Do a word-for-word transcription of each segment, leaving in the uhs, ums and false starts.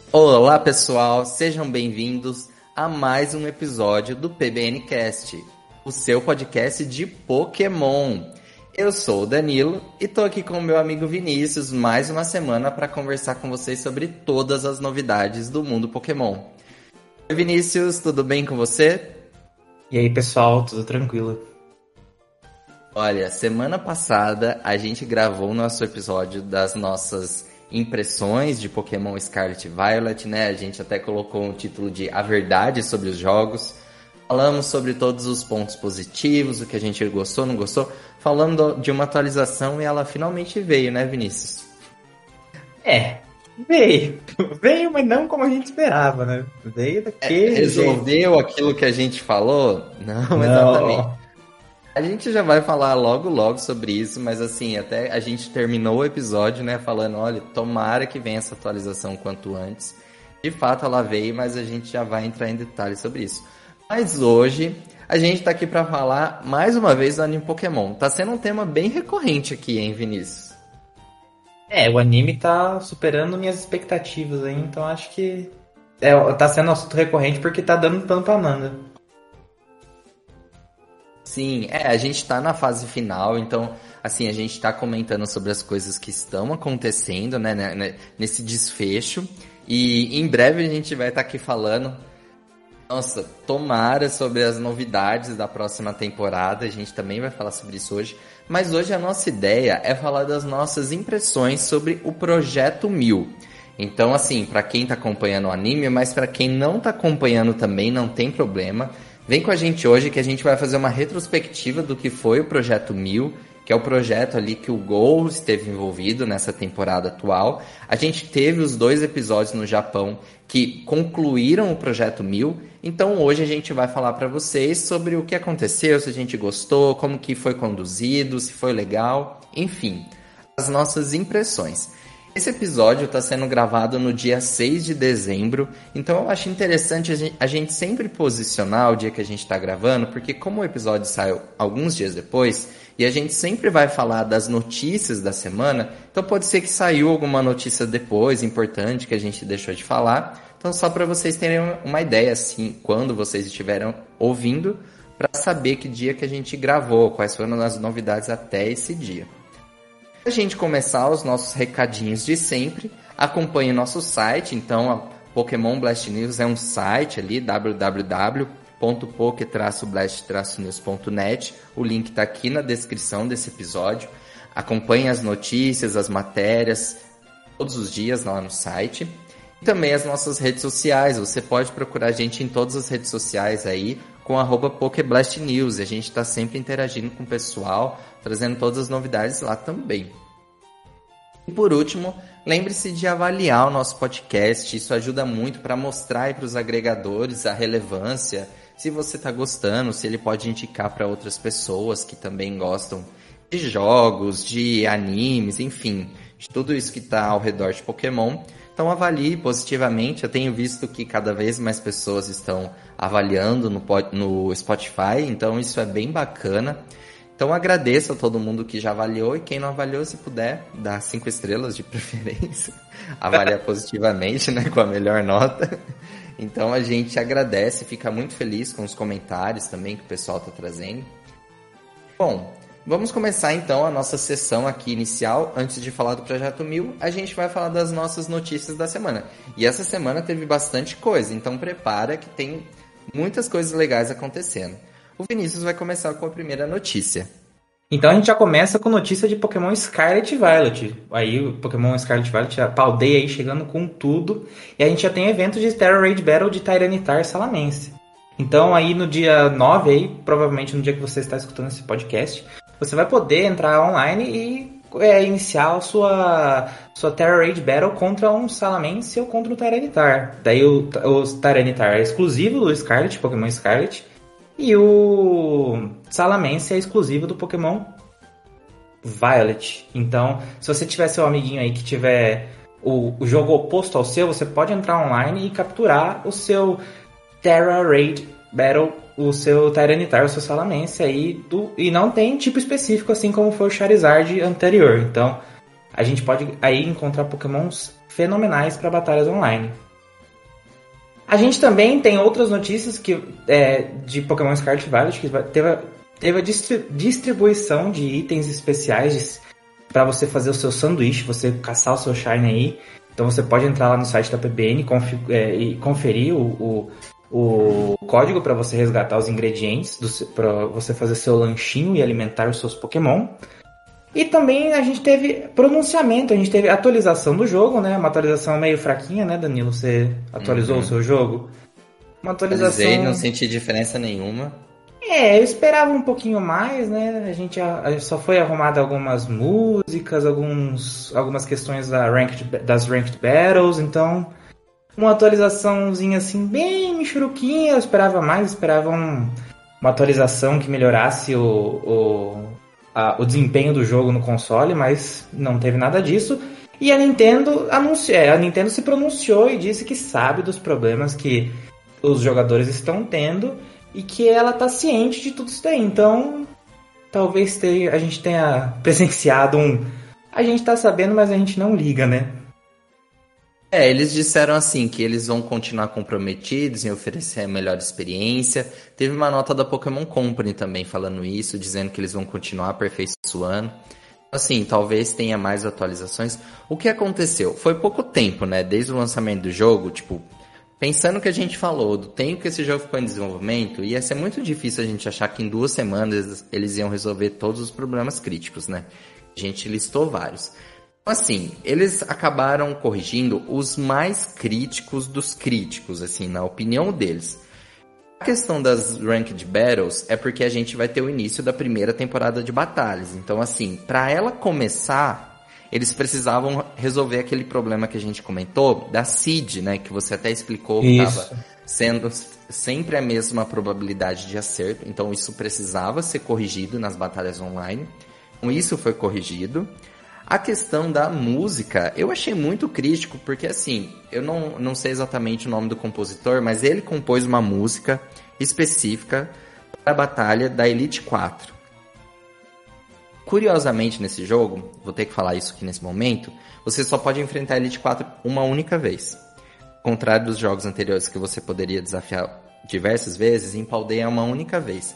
Olá pessoal, sejam bem-vindos a mais um episódio do P B N Cast, o seu podcast de Pokémon. Eu sou o Danilo e tô aqui com o meu amigo Vinícius mais uma semana para conversar com vocês sobre todas as novidades do mundo Pokémon. Oi Vinícius, tudo bem com você? E aí pessoal, tudo tranquilo? Olha, semana passada a gente gravou o nosso episódio das nossas impressões de Pokémon Scarlet e Violet, né? A gente até colocou um título de A Verdade sobre os Jogos. Falamos sobre todos os pontos positivos, o que a gente gostou, não gostou. Falando de uma atualização e ela finalmente veio, né, Vinícius? É, veio. Veio, mas não como a gente esperava, né? Veio daquele é, Resolveu jeito. Aquilo que a gente falou? Não, não, exatamente. A gente já vai falar logo, logo sobre isso, mas assim, até a gente terminou o episódio, né, falando, olha, tomara que venha essa atualização quanto antes. De fato, ela veio, mas a gente já vai entrar em detalhes sobre isso. Mas hoje, a gente tá aqui pra falar, mais uma vez, do anime Pokémon. Tá sendo um tema bem recorrente aqui, hein, Vinícius? É, o anime tá superando minhas expectativas aí, então acho que é, tá sendo um assunto recorrente porque tá dando pano pra manga. Sim, é, a gente tá na fase final, então, assim, a gente tá comentando sobre as coisas que estão acontecendo, né, né nesse desfecho, e em breve a gente vai estar tá aqui falando, nossa, tomara sobre as novidades da próxima temporada, a gente também vai falar sobre isso hoje, mas hoje a nossa ideia é falar das nossas impressões sobre o Projeto Mil. Então, assim, pra quem tá acompanhando o anime, mas pra quem não tá acompanhando também, não tem problema. Vem com a gente hoje que a gente vai fazer uma retrospectiva do que foi o Projeto Mil, que é o projeto ali que o Gol esteve envolvido nessa temporada atual. A gente teve os dois episódios no Japão que concluíram o Projeto Mil, então hoje a gente vai falar para vocês sobre o que aconteceu, se a gente gostou, como que foi conduzido, se foi legal, enfim, as nossas impressões. Esse episódio está sendo gravado no dia seis de dezembro, então eu acho interessante a gente, a gente sempre posicionar o dia que a gente está gravando, porque como o episódio saiu alguns dias depois, e a gente sempre vai falar das notícias da semana, então pode ser que saiu alguma notícia depois, importante, que a gente deixou de falar. Então só para vocês terem uma ideia, assim, quando vocês estiveram ouvindo, para saber que dia que a gente gravou, quais foram as novidades até esse dia. Para a gente começar os nossos recadinhos de sempre, acompanhe nosso site, então a Pokémon Blast News é um site ali, w w w ponto poke blast news ponto net, o link está aqui na descrição desse episódio, acompanhe as notícias, as matérias, todos os dias lá no site, e também as nossas redes sociais, você pode procurar a gente em todas as redes sociais aí, com arroba PokeBlastNews, e a gente está sempre interagindo com o pessoal, trazendo todas as novidades lá também. E por último, lembre-se de avaliar o nosso podcast, isso ajuda muito para mostrar para os agregadores a relevância, se você está gostando, se ele pode indicar para outras pessoas que também gostam de jogos, de animes, enfim, de tudo isso que está ao redor de Pokémon. Então avalie positivamente, eu tenho visto que cada vez mais pessoas estão avaliando no, no Spotify, então isso é bem bacana. Então agradeço a todo mundo que já avaliou e quem não avaliou, se puder, dá cinco estrelas de preferência, avaliar positivamente, né, com a melhor nota. Então a gente agradece, fica muito feliz com os comentários também que o pessoal está trazendo. Bom, vamos começar então a nossa sessão aqui inicial. Antes de falar do Projeto Mil, a gente vai falar das nossas notícias da semana. E essa semana teve bastante coisa, então prepara que tem muitas coisas legais acontecendo. O Vinícius vai começar com a primeira notícia. Então a gente já começa com notícia de Pokémon Scarlet e Violet. Aí o Pokémon Scarlet e Violet, a Paldeia aí chegando com tudo. E a gente já tem evento de Terra Raid Battle de Tyranitar Salamence. Então aí no dia nove, aí, provavelmente no dia que você está escutando esse podcast, você vai poder entrar online e é, iniciar a sua, sua Terra Raid Battle contra um Salamence ou contra um Tyranitar. Daí o, o Tyranitar é exclusivo do Scarlet, Pokémon Scarlet. E o Salamence é exclusivo do Pokémon Violet. Então, se você tiver seu amiguinho aí que tiver o, o jogo oposto ao seu, você pode entrar online e capturar o seu Terra Raid Battle, o seu Tyranitar, o seu Salamence aí. Do, e não tem tipo específico, assim como foi o Charizard anterior. Então, a gente pode aí encontrar Pokémons fenomenais para batalhas online. A gente também tem outras notícias que, é, de Pokémon Scarlet Violet, que teve, teve a distri- distribuição de itens especiais para você fazer o seu sanduíche, você caçar o seu Shine aí. Então você pode entrar lá no site da P B N config- é, e conferir o, o, o código para você resgatar os ingredientes, para você fazer seu lanchinho e alimentar os seus Pokémon. E também a gente teve pronunciamento, a gente teve atualização do jogo, né? Uma atualização meio fraquinha, né, Danilo? Você atualizou Uhum. o seu jogo? Uma atualização... Atualizei, não senti diferença nenhuma. É, eu esperava um pouquinho mais, né? A gente, a, a gente só foi arrumado algumas músicas, alguns, algumas questões da ranked, das Ranked Battles, então... Uma atualizaçãozinha assim, bem michuruquinha, eu esperava mais, eu esperava um, uma atualização que melhorasse o... o A, o desempenho do jogo no console, mas não teve nada disso. E a Nintendo anunciou, é, a Nintendo se pronunciou e disse que sabe dos problemas que os jogadores estão tendo e que ela está ciente de tudo isso daí. Então, talvez tenha, a gente tenha presenciado um... A gente está sabendo, mas a gente não liga, né? É, eles disseram assim, que eles vão continuar comprometidos em oferecer a melhor experiência. Teve uma nota da Pokémon Company também falando isso, dizendo que eles vão continuar aperfeiçoando. Assim, talvez tenha mais atualizações. O que aconteceu? Foi pouco tempo, né? Desde o lançamento do jogo, tipo, pensando o que a gente falou, do tempo que esse jogo ficou em desenvolvimento, ia ser muito difícil a gente achar que em duas semanas eles iam resolver todos os problemas críticos, né? A gente listou vários. Assim, eles acabaram corrigindo os mais críticos dos críticos, assim, na opinião deles. A questão das Ranked Battles é porque a gente vai ter o início da primeira temporada de batalhas. Então, assim, para ela começar, eles precisavam resolver aquele problema que a gente comentou da seed, né? Que você até explicou que estava sendo sempre a mesma probabilidade de acerto. Então, isso precisava ser corrigido nas batalhas online. Então, isso foi corrigido. A questão da música, eu achei muito crítico, porque assim, eu não, não sei exatamente o nome do compositor, mas ele compôs uma música específica para a batalha da Elite quatro. Curiosamente, nesse jogo, vou ter que falar isso aqui nesse momento, você só pode enfrentar a Elite quatro uma única vez. Ao contrário dos jogos anteriores que você poderia desafiar diversas vezes, em Paldea é uma única vez.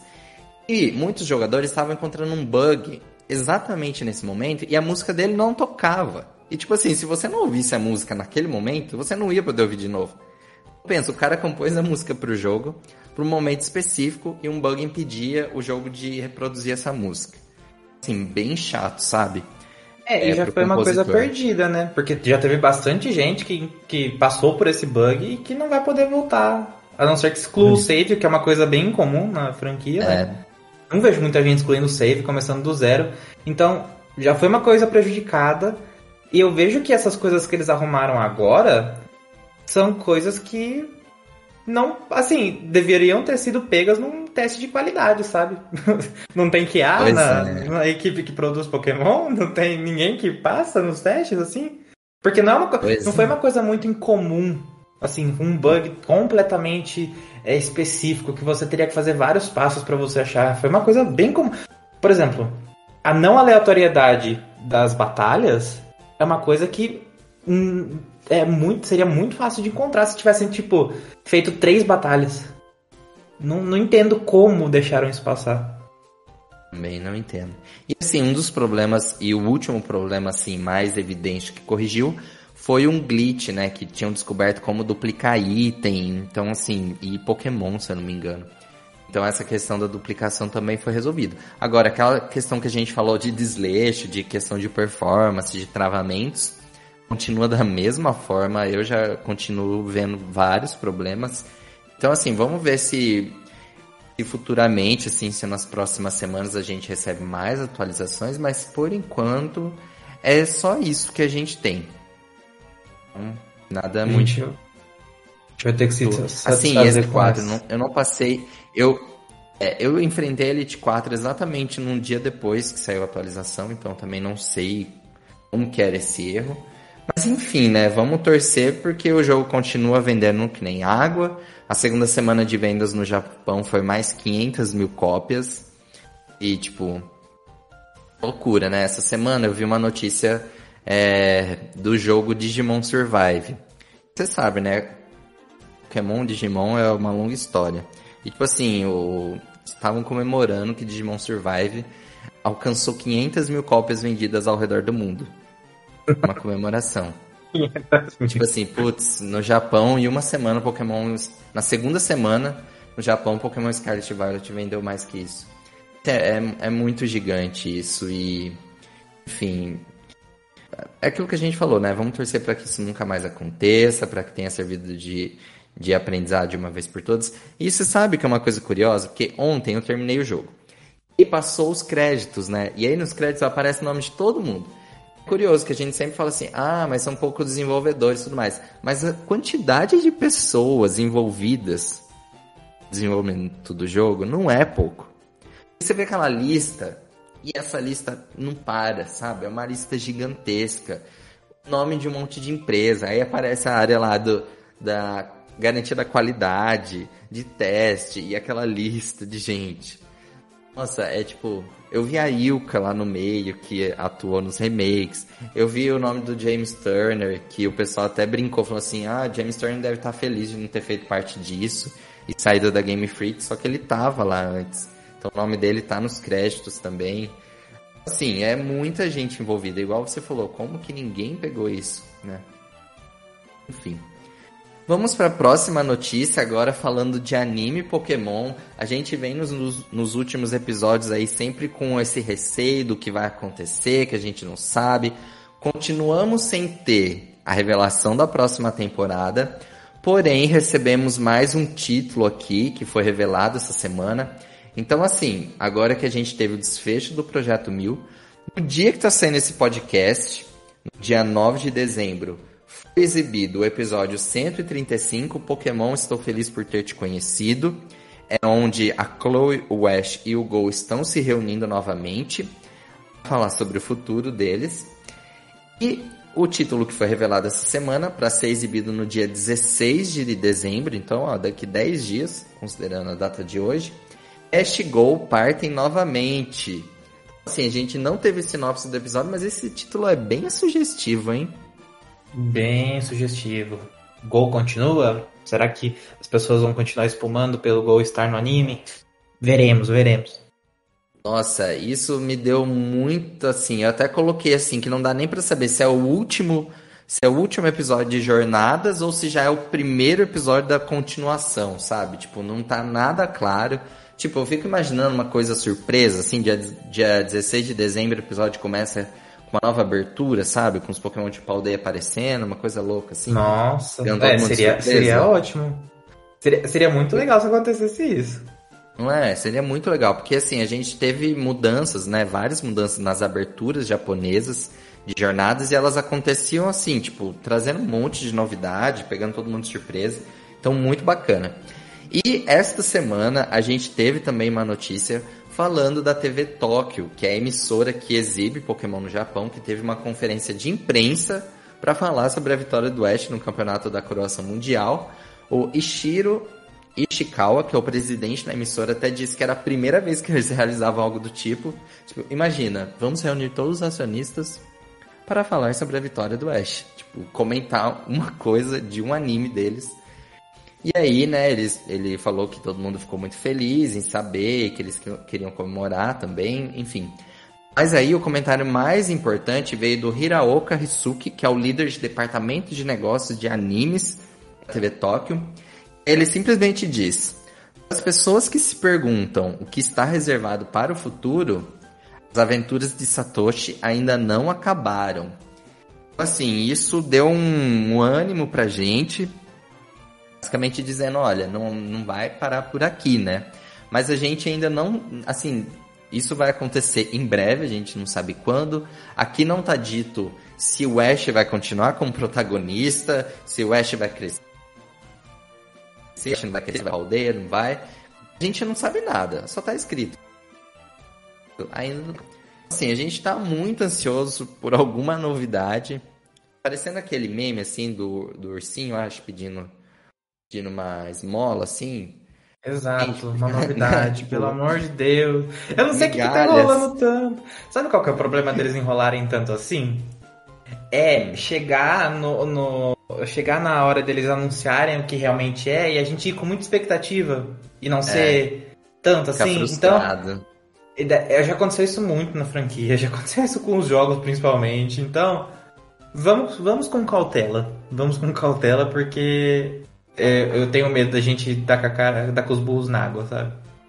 E muitos jogadores estavam encontrando um bug exatamente nesse momento, e a música dele não tocava. E tipo assim, se você não ouvisse a música naquele momento, você não ia poder ouvir de novo. Pensa, o cara compôs a música pro jogo, para um momento específico, e um bug impedia o jogo de reproduzir essa música. Assim, bem chato, sabe? É, e É, já foi uma coisa perdida, né? Porque já teve bastante gente que, que passou por esse bug e que não vai poder voltar. A não ser que exclua o save, que é uma coisa bem comum na franquia, É. né? Não vejo muita gente excluindo o save, começando do zero. Então, já foi uma coisa prejudicada. E eu vejo que essas coisas que eles arrumaram agora são coisas que não, assim, deveriam ter sido pegas num teste de qualidade, sabe? Não tem Q A na, é. na equipe que produz Pokémon, não tem ninguém que passa nos testes, assim. Porque não, é uma, não foi uma coisa muito incomum, assim, um bug completamente é, específico, que você teria que fazer vários passos para você achar. Foi uma coisa bem comum. Por exemplo, a não aleatoriedade das batalhas é uma coisa que hum, é muito, seria muito fácil de encontrar se tivessem, tipo, feito três batalhas. Não, não entendo como deixaram isso passar. Também não entendo. E assim, um dos problemas, e o último problema assim mais evidente que corrigiu, foi um glitch, né, que tinham descoberto como duplicar item, então assim, e Pokémon, se eu não me engano. Então essa questão da duplicação também foi resolvida. Agora, aquela questão que a gente falou de desleixo, de questão de performance, de travamentos, continua da mesma forma, eu já continuo vendo vários problemas. Então assim, vamos ver se, se futuramente, assim, se nas próximas semanas a gente recebe mais atualizações, mas por enquanto é só isso que a gente tem. Nada muito. Gente, vai ter que se assim, esse quadro, não, eu não passei. Eu, é, eu enfrentei a Elite quatro exatamente num dia depois que saiu a atualização, então também não sei como que era esse erro. Mas enfim, né? Vamos torcer porque o jogo continua vendendo que nem água. A segunda semana de vendas no Japão foi mais quinhentas mil cópias. E, tipo, loucura, né? Essa semana eu vi uma notícia é, do jogo Digimon Survive. Você sabe, né? Pokémon, Digimon é uma longa história. E tipo assim, o... estavam comemorando que Digimon Survive alcançou quinhentas mil cópias vendidas ao redor do mundo. Uma comemoração. Tipo assim, putz, no Japão, em uma semana, Pokémon... Na segunda semana, no Japão, Pokémon Scarlet e Violet vendeu mais que isso. É, é, é muito gigante isso e... Enfim... É aquilo que a gente falou, né? Vamos torcer para que isso nunca mais aconteça, para que tenha servido de, de aprendizado de uma vez por todas. E você sabe que é uma coisa curiosa? Porque ontem eu terminei o jogo. E passou os créditos, né? E aí nos créditos aparece o nome de todo mundo. Curioso que a gente sempre fala assim, ah, mas são poucos desenvolvedores e tudo mais. Mas a quantidade de pessoas envolvidas no desenvolvimento do jogo não é pouco. Você vê aquela lista, e essa lista não para, sabe? É uma lista gigantesca. Nome de um monte de empresa. Aí aparece a área lá do, da garantia da qualidade, de teste, e aquela lista de gente. Nossa, é tipo... Eu vi a Ilka lá no meio, que atuou nos remakes. Eu vi o nome do James Turner, que o pessoal até brincou, falou assim, ah, James Turner deve estar feliz de não ter feito parte disso, e saído da Game Freak, só que ele tava lá antes. Então o nome dele tá nos créditos também. Assim, é muita gente envolvida. Igual você falou, como que ninguém pegou isso, né? Enfim. Vamos para a próxima notícia agora, falando de anime Pokémon. A gente vem nos, nos, nos últimos episódios aí sempre com esse receio do que vai acontecer, que a gente não sabe. Continuamos sem ter a revelação da próxima temporada, porém recebemos mais um título aqui que foi revelado essa semana. Então assim, agora que a gente teve o desfecho do Projeto Mil, no dia que está saindo esse podcast, no dia nove de dezembro, foi exibido o episódio cento e trinta e cinco, Pokémon Estou Feliz por Ter Te Conhecido, é onde a Chloe, o Ash e o Go estão se reunindo novamente para falar sobre o futuro deles. E o título que foi revelado essa semana, para ser exibido no dia dezesseis de dezembro, então ó, daqui dez dias, considerando a data de hoje, Ash e Go partem novamente. Assim, a gente não teve sinopse do episódio, mas esse título é bem sugestivo, hein? Bem sugestivo. Gol continua? Será que as pessoas vão continuar espumando pelo Gol estar no anime? Veremos, veremos. Nossa, isso me deu muito assim. Eu até coloquei assim que não dá nem pra saber se é o último, se é o último episódio de Jornadas ou se já é o primeiro episódio da continuação, sabe? Tipo, não tá nada claro. Tipo, eu fico imaginando uma coisa surpresa, assim, dia, dia dezesseis de dezembro o episódio começa uma nova abertura, sabe? Com os Pokémon de Paldeia aparecendo, uma coisa louca, assim. Nossa, é, seria, seria ótimo. Seria, seria muito legal se acontecesse isso. Não é? Seria muito legal, porque assim, a gente teve mudanças, né? Várias mudanças nas aberturas japonesas de jornadas e elas aconteciam assim, tipo, trazendo um monte de novidade, pegando todo mundo de surpresa. Então, muito bacana. E esta semana a gente teve também uma notícia falando da T V Tóquio, que é a emissora que exibe Pokémon no Japão, que teve uma conferência de imprensa para falar sobre a vitória do Ash no campeonato da Coroação Mundial. O Ishiro Ishikawa, que é o presidente da emissora, até disse que era a primeira vez que eles realizavam algo do tipo. Tipo, imagina, vamos reunir todos os acionistas para falar sobre a vitória do Ash. Tipo, comentar uma coisa de um anime deles. E aí, né, eles, ele falou que todo mundo ficou muito feliz em saber, que eles queriam comemorar também, enfim. Mas aí o comentário mais importante veio do Hiraoka Hisuki, que é o líder de departamento de negócios de animes da T V Tóquio. Ele simplesmente diz: as pessoas que se perguntam o que está reservado para o futuro, as aventuras de Satoshi ainda não acabaram. Assim, isso deu um, um ânimo pra gente, basicamente dizendo, olha, não, não vai parar por aqui, né? Mas a gente ainda não, assim, isso vai acontecer em breve, a gente não sabe quando. Aqui não tá dito se o Ash vai continuar como protagonista, se o Ash vai crescer, se o Ash não vai crescer, vai pra aldeia, não vai. A gente não sabe nada, só tá escrito. Ainda, assim, a gente tá muito ansioso por alguma novidade. Parecendo aquele meme, assim, do, do ursinho, acho, pedindo... pedindo uma esmola, assim. Exato, uma novidade, tipo, pelo amor de Deus. Eu não sei o que, que tá migalhas. enrolando tanto. Sabe qual que é o problema deles enrolarem tanto assim? É chegar no, no, chegar na hora deles anunciarem o que realmente é e a gente ir com muita expectativa e não ser é, tanto assim. frustrado. Então, já aconteceu isso muito na franquia, já aconteceu isso com os jogos principalmente. Então, vamos, vamos com cautela. Vamos com cautela porque é, eu tenho medo da gente dar com, a cara, dar com os burros na água, sabe?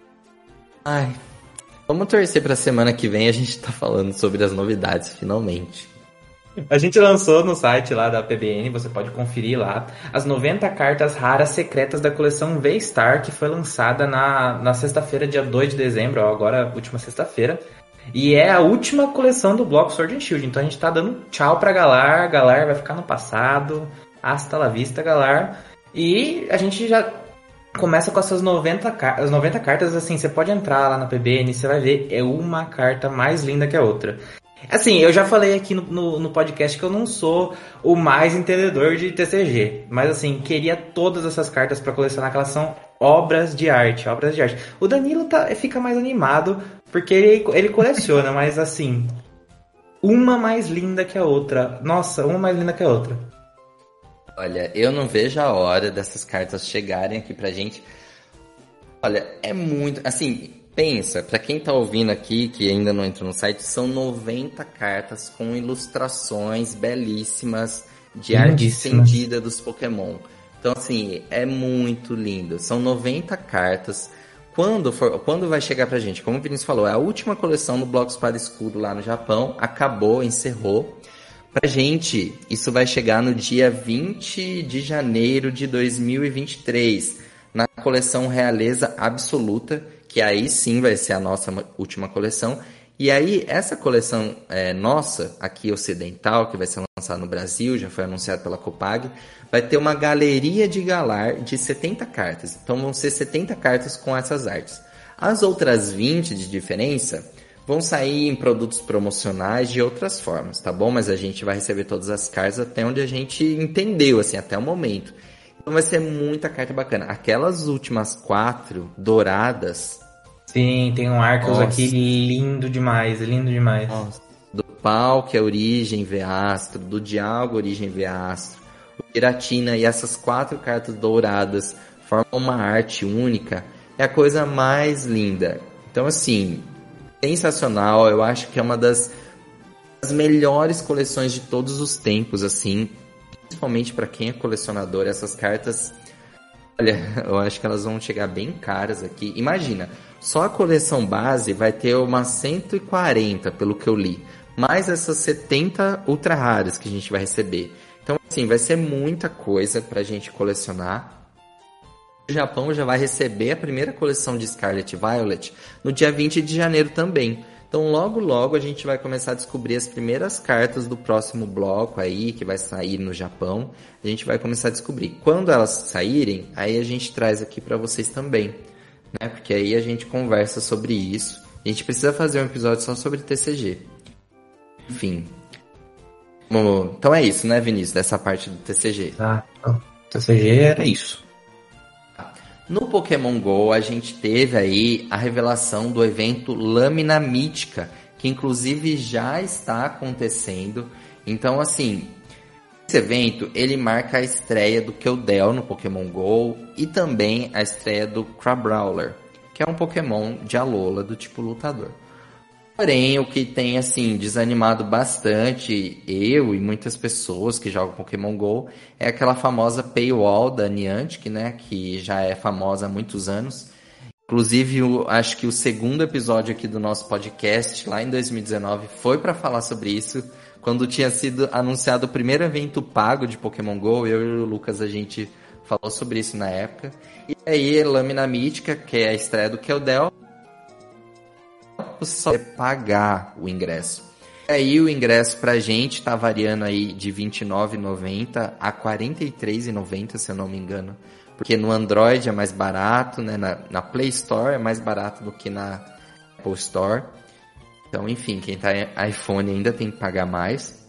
Ai, vamos torcer pra semana que vem a gente tá falando sobre as novidades, finalmente. A gente lançou no site lá da P B N, você pode conferir lá, as noventa cartas raras secretas da coleção V-Star, que foi lançada na, na sexta-feira, dia dois de dezembro, ó, agora última sexta-feira. E é a última coleção do bloco Sword and Shield, então a gente tá dando tchau pra Galar, Galar vai ficar no passado, hasta la vista, Galar. E a gente já começa com essas noventa, as noventa cartas, assim, você pode entrar lá na P B N, você vai ver, é uma carta mais linda que a outra. Assim, eu já falei aqui no, no, no podcast que eu não sou o mais entendedor de T C G, mas assim, queria todas essas cartas pra colecionar, que elas são obras de arte, obras de arte. O Danilo tá, fica mais animado porque ele, ele coleciona, mas assim, uma mais linda que a outra. Nossa, uma mais linda que a outra. Olha, eu não vejo a hora dessas cartas chegarem aqui pra gente. Olha, é muito, assim... Pensa, pra quem tá ouvindo aqui, que ainda não entrou no site, são noventa cartas com ilustrações belíssimas de arte estendida dos Pokémon. Então, assim, é muito lindo. São noventa cartas. Quando, for, quando vai chegar pra gente? Como o Vinícius falou, é a última coleção do Bloco Espada e Escudo lá no Japão. Acabou, encerrou. Pra gente, isso vai chegar no dia vinte de janeiro de dois mil e vinte e três, na coleção Realeza Absoluta, que aí sim vai ser a nossa última coleção. E aí, essa coleção é, nossa, aqui ocidental, que vai ser lançada no Brasil, já foi anunciado pela Copag, vai ter uma galeria de Galar de setenta cartas. Então vão ser setenta cartas com essas artes. As outras vinte de diferença vão sair em produtos promocionais de outras formas, tá bom? Mas a gente vai receber todas as cartas até onde a gente entendeu, assim, até o momento. Então vai ser muita carta bacana. Aquelas últimas quatro douradas... Sim, tem um Arceus aqui lindo demais, lindo demais. Nossa. Do Pau, que é Origem V-Astro, do Dialga, Origem V-Astro, o Giratina e essas quatro cartas douradas formam uma arte única. É a coisa mais linda. Então, assim, sensacional. Eu acho que é uma das, das melhores coleções de todos os tempos, assim. Principalmente para quem é colecionador, essas cartas... Olha, eu acho que elas vão chegar bem caras aqui. Imagina, só a coleção base vai ter umas cento e quarenta, pelo que eu li. Mais essas setenta ultra raras que a gente vai receber. Então, assim, vai ser muita coisa pra gente colecionar. O Japão já vai receber a primeira coleção de Scarlet Violet no dia vinte de janeiro também. Então, logo, logo a gente vai começar a descobrir as primeiras cartas do próximo bloco aí, que vai sair no Japão. A gente vai começar a descobrir. Quando elas saírem, aí a gente traz aqui pra vocês também, né? Porque aí a gente conversa sobre isso. A gente precisa fazer um episódio só sobre T C G. Enfim. Bom, então é isso, né, Vinícius? Dessa parte do T C G. Ah, então, T C G era isso. No Pokémon GO, a gente teve aí a revelação do evento Lâmina Mítica, que inclusive já está acontecendo. Então, assim, esse evento, ele marca a estreia do Keldeo no Pokémon GO e também a estreia do Crabrawler, que é um Pokémon de Alola do tipo lutador. Porém, o que tem, assim, desanimado bastante eu e muitas pessoas que jogam Pokémon GO é aquela famosa paywall da Niantic, né, que já é famosa há muitos anos. Inclusive, eu acho que o segundo episódio aqui do nosso podcast, lá em dois mil e dezenove, foi para falar sobre isso. Quando tinha sido anunciado o primeiro evento pago de Pokémon GO, eu e o Lucas, a gente falou sobre isso na época. E aí, Lâmina Mítica, que é a estreia do Keldeo, você só vai pagar o ingresso. E aí o ingresso pra gente tá variando aí de vinte e nove reais e noventa centavos a quarenta e três reais e noventa centavos, se eu não me engano. Porque no Android é mais barato, né? Na, na Play Store é mais barato do que na Apple Store. Então, enfim, quem tá em iPhone ainda tem que pagar mais.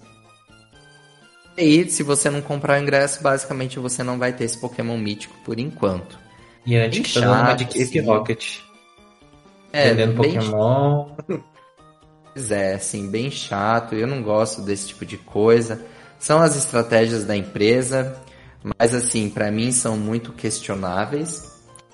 E aí, se você não comprar o ingresso, basicamente você não vai ter esse Pokémon mítico por enquanto. E a gente tá dando uma de Cape Rocket. É, vendendo bem Pokémon. Pois é, assim, bem chato. Eu não gosto desse tipo de coisa. São as estratégias da empresa, mas assim, para mim são muito questionáveis.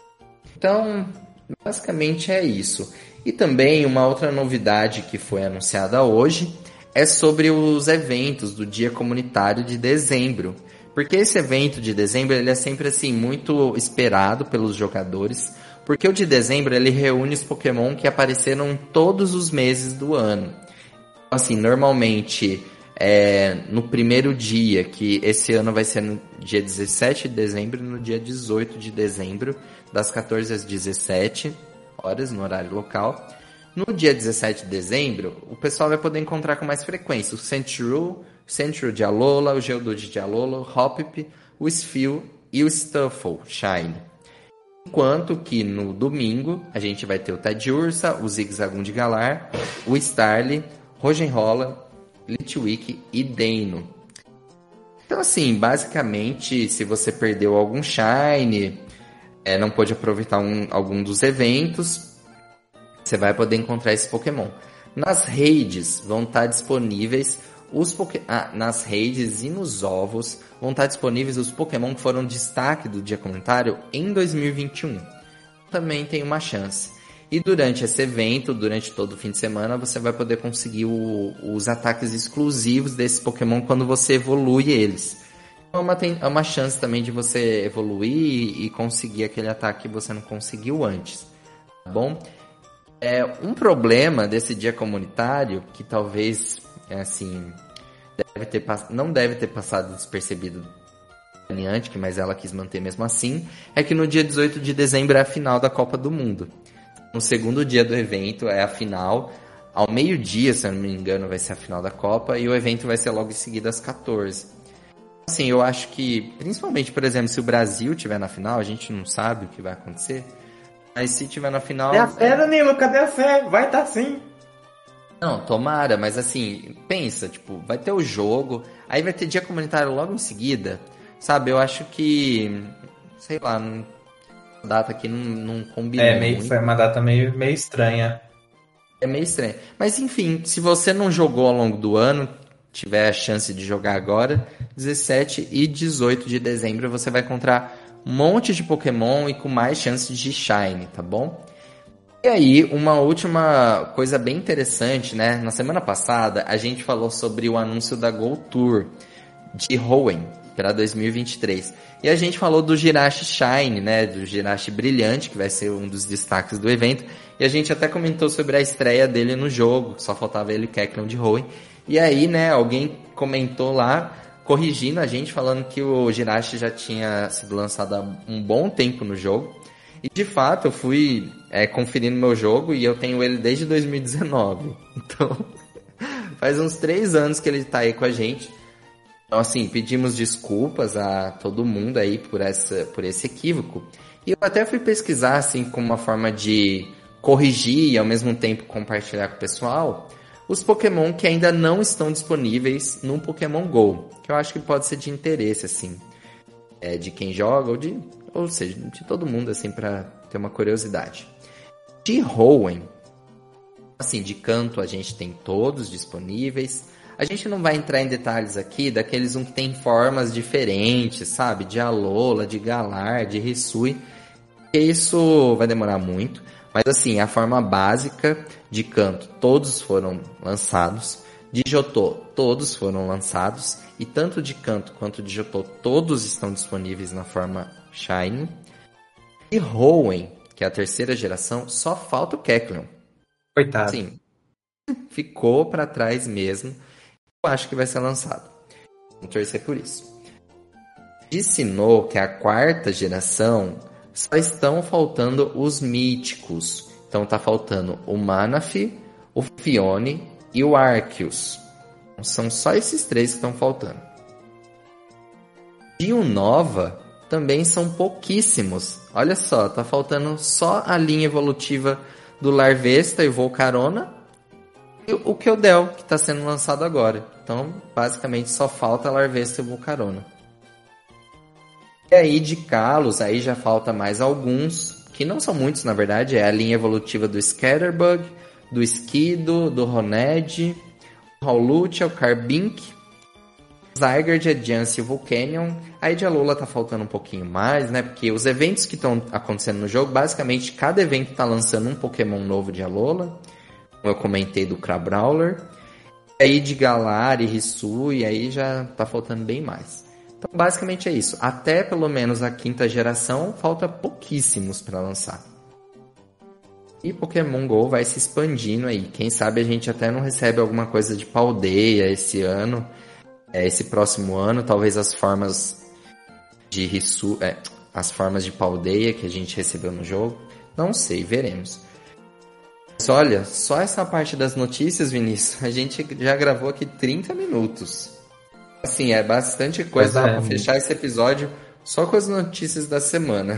Então, basicamente é isso. E também uma outra novidade que foi anunciada hoje é sobre os eventos do Dia Comunitário de dezembro. Porque esse evento de dezembro ele é sempre assim muito esperado pelos jogadores, porque o de dezembro ele reúne os Pokémon que apareceram todos os meses do ano. Assim, normalmente é, no primeiro dia, que esse ano vai ser no dia dezessete de dezembro e no dia dezoito de dezembro, das quatorze às dezessete horas no horário local. No dia dezessete de dezembro, o pessoal vai poder encontrar com mais frequência o Sandshrew, o Sandshrew de Alola, o Geodude de Alola, o Hoppip, o Spheal e o Stuffle Shine. Enquanto que no domingo a gente vai ter o Teddiursa, o Zigzagoon de Galar, o Starly, Roggenrola, Litwick e Deino. Então assim, basicamente, se você perdeu algum Shine, é, não pôde aproveitar um, algum dos eventos, você vai poder encontrar esse Pokémon. Nas raids vão estar disponíveis os Poké... ah, nas raids e nos ovos vão estar disponíveis os Pokémon que foram destaque do dia comunitário em dois mil e vinte e um. Também tem uma chance. E durante esse evento, durante todo o fim de semana, você vai poder conseguir o, os ataques exclusivos desses Pokémon quando você evolui eles. É uma, tem, é uma chance também de você evoluir e, e conseguir aquele ataque que você não conseguiu antes. Tá bom? É, um problema desse dia comunitário, que talvez, assim, deve ter, não deve ter passado despercebido a Niantic, mas ela quis manter mesmo assim, é que no dia dezoito de dezembro é a final da Copa do Mundo. No segundo dia do evento é a final, ao meio-dia, se eu não me engano, vai ser a final da Copa, e o evento vai ser logo em seguida às quatorze. Assim, eu acho que, principalmente, por exemplo, se o Brasil estiver na final, a gente não sabe o que vai acontecer, mas se tiver na final... Cadê a fé, Danilo? Cadê a fé? Vai estar sim. Não, tomara, mas assim, pensa, tipo, vai ter o jogo, aí vai ter dia comunitário logo em seguida, sabe? Eu acho que, sei lá, não, a data aqui não, não combinou É, meio, muito. foi uma data meio, meio estranha. É meio estranho. Mas enfim, se você não jogou ao longo do ano, tiver a chance de jogar agora, dezessete e dezoito de dezembro você vai encontrar um monte de Pokémon e com mais chances de Shine, tá bom? E aí, uma última coisa bem interessante, né? Na semana passada, a gente falou sobre o anúncio da Go Tour de Hoenn para dois mil e vinte e três. E a gente falou do Jirachi Shine, né? Do Jirachi Brilhante, que vai ser um dos destaques do evento. E a gente até comentou sobre a estreia dele no jogo, só faltava ele Kecleon de Hoenn. E aí, né, alguém comentou lá, corrigindo a gente, falando que o Jirachi já tinha sido lançado há um bom tempo no jogo. E de fato, eu fui é, conferindo meu jogo e eu tenho ele desde dois mil e dezenove. Então, faz uns três anos que ele tá aí com a gente. Então, assim, pedimos desculpas a todo mundo aí por, essa, por esse equívoco. E eu até fui pesquisar, assim, como uma forma de corrigir e ao mesmo tempo compartilhar com o pessoal os Pokémon que ainda não estão disponíveis no Pokémon GO. Que eu acho que pode ser de interesse, assim, é, de quem joga ou de... ou seja, de todo mundo, assim, pra ter uma curiosidade. De Hoenn, assim, de canto a gente tem todos disponíveis. A gente não vai entrar em detalhes aqui daqueles um que tem formas diferentes, sabe? De Alola, de Galar, de Hisui. Isso vai demorar muito. Mas, assim, a forma básica de canto, todos foram lançados. De Jotô, todos foram lançados. E tanto de canto quanto de Jotô, todos estão disponíveis na forma Shine. E Hoenn, que é a terceira geração, só falta o Kecleon. Coitado. Sim, ficou pra trás mesmo. Eu acho que vai ser lançado. Vamos torcer por isso. De Sinnoh, que é a quarta geração, só estão faltando os míticos. Então tá faltando o Manaphy, o Phione e o Arceus. São só esses três que estão faltando. De Unova também são pouquíssimos. Olha só, tá faltando só a linha evolutiva do Larvesta e o Volcarona e o Keldeo, que está sendo lançado agora. Então, basicamente, só falta a Larvesta e o Volcarona. E aí, de Kalos, aí já falta mais alguns, que não são muitos, na verdade. É a linha evolutiva do Scatterbug, do Skiddo, do Roned, o Howlute, o Carbink. Zygarde, Adjance e Volcanion. Aí de Alola tá faltando um pouquinho mais, né? Porque os eventos que estão acontecendo no jogo, basicamente cada evento tá lançando um Pokémon novo de Alola. Como eu comentei do Crabrawler. E aí de Galar e Hisui, aí já tá faltando bem mais. Então basicamente é isso. Até pelo menos a quinta geração, falta pouquíssimos para lançar. E Pokémon GO vai se expandindo aí. Quem sabe a gente até não recebe alguma coisa de Paldeia esse ano. É, esse próximo ano, talvez as formas de Hisui, é, as formas de Paldeia que a gente recebeu no jogo. Não sei, veremos. Mas olha, só essa parte das notícias, Vinícius, a gente já gravou aqui trinta minutos. Assim, é bastante coisa Pois é. pra fechar esse episódio só com as notícias da semana.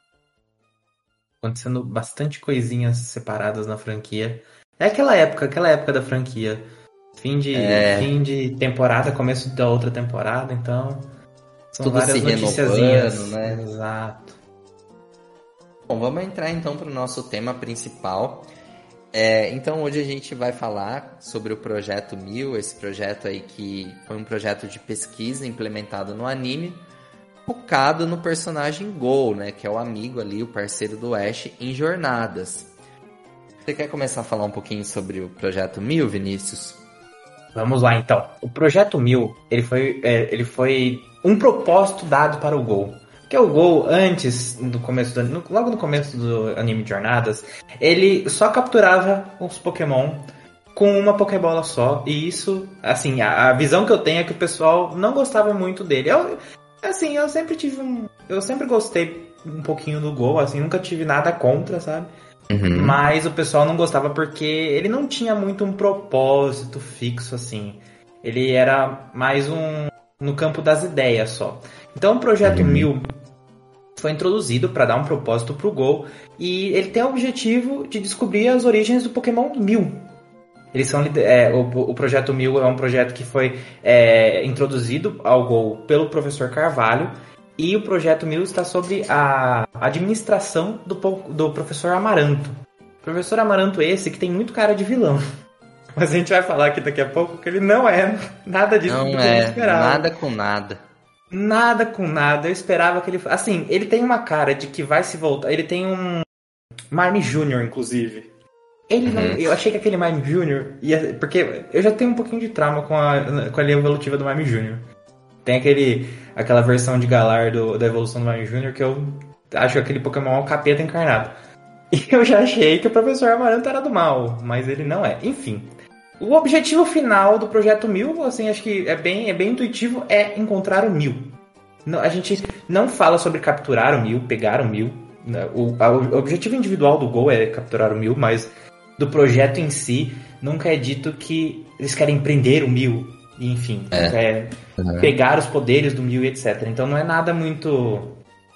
Acontecendo bastante coisinhas separadas na franquia. É aquela época, aquela época da franquia. Fim de, É. fim de temporada, começo da outra temporada, então são Tudo várias se noticiazinhas. renovando, né? Exato. Bom, vamos entrar então para o nosso tema principal. É, então hoje a gente vai falar sobre o Projeto Mil, esse projeto aí que foi um projeto de pesquisa implementado no anime, focado no personagem Go, né, que é o amigo ali, o parceiro do Ash em jornadas. Você quer começar a falar um pouquinho sobre o Projeto Mil, Vinícius? Vamos lá então. O Projeto Mil, ele foi, é, ele foi um propósito dado para o Go. Porque o Go, antes do começo do, no, logo no começo do anime de Jornadas, ele só capturava os Pokémon com uma Pokébola só. E isso, assim, a, a visão que eu tenho é que o pessoal não gostava muito dele. Eu, assim, eu sempre tive um. Eu sempre gostei um pouquinho do Go, assim, nunca tive nada contra, sabe? Uhum. Mas o pessoal não gostava porque ele não tinha muito um propósito fixo, assim. Ele era mais um no campo das ideias só. Então o Projeto Uhum. Mil foi introduzido para dar um propósito pro Go e ele tem o objetivo de descobrir as origens do Pokémon Mil. Eles são, é, o, o Projeto Mil é um projeto que foi é, introduzido ao Go pelo professor Carvalho e o Projeto Mil está sob a administração do, do professor Amaranto. O professor Amaranto esse que tem muito cara de vilão. Mas a gente vai falar aqui daqui a pouco que ele não é nada disso Não do que é, a gente esperava. nada com nada. Nada com nada. Eu esperava que ele... Assim, ele tem uma cara de que vai se voltar... Ele tem um... Marnie Júnior, inclusive. Ele não... Uhum. Eu achei que aquele Marnie Júnior ia... Porque eu já tenho um pouquinho de trauma com a, com a linha evolutiva do Marnie Júnior. Tem aquele... Aquela versão de Galar do, da evolução do Marnie Júnior que eu acho que aquele Pokémon é um capeta encarnado. E eu já achei que o professor Amaranto era do mal. Mas ele não é. Enfim... O objetivo final do Projeto Mil, assim, acho que é bem, é bem intuitivo, é encontrar o Mil. Não, a gente não fala sobre capturar o Mil, pegar o Mil. O, a, o objetivo individual do Go é capturar o Mil, mas do projeto em si, nunca é dito que eles querem prender o Mil, enfim, É. é, Uhum. pegar os poderes do Mil e etcétera. Então não é nada muito,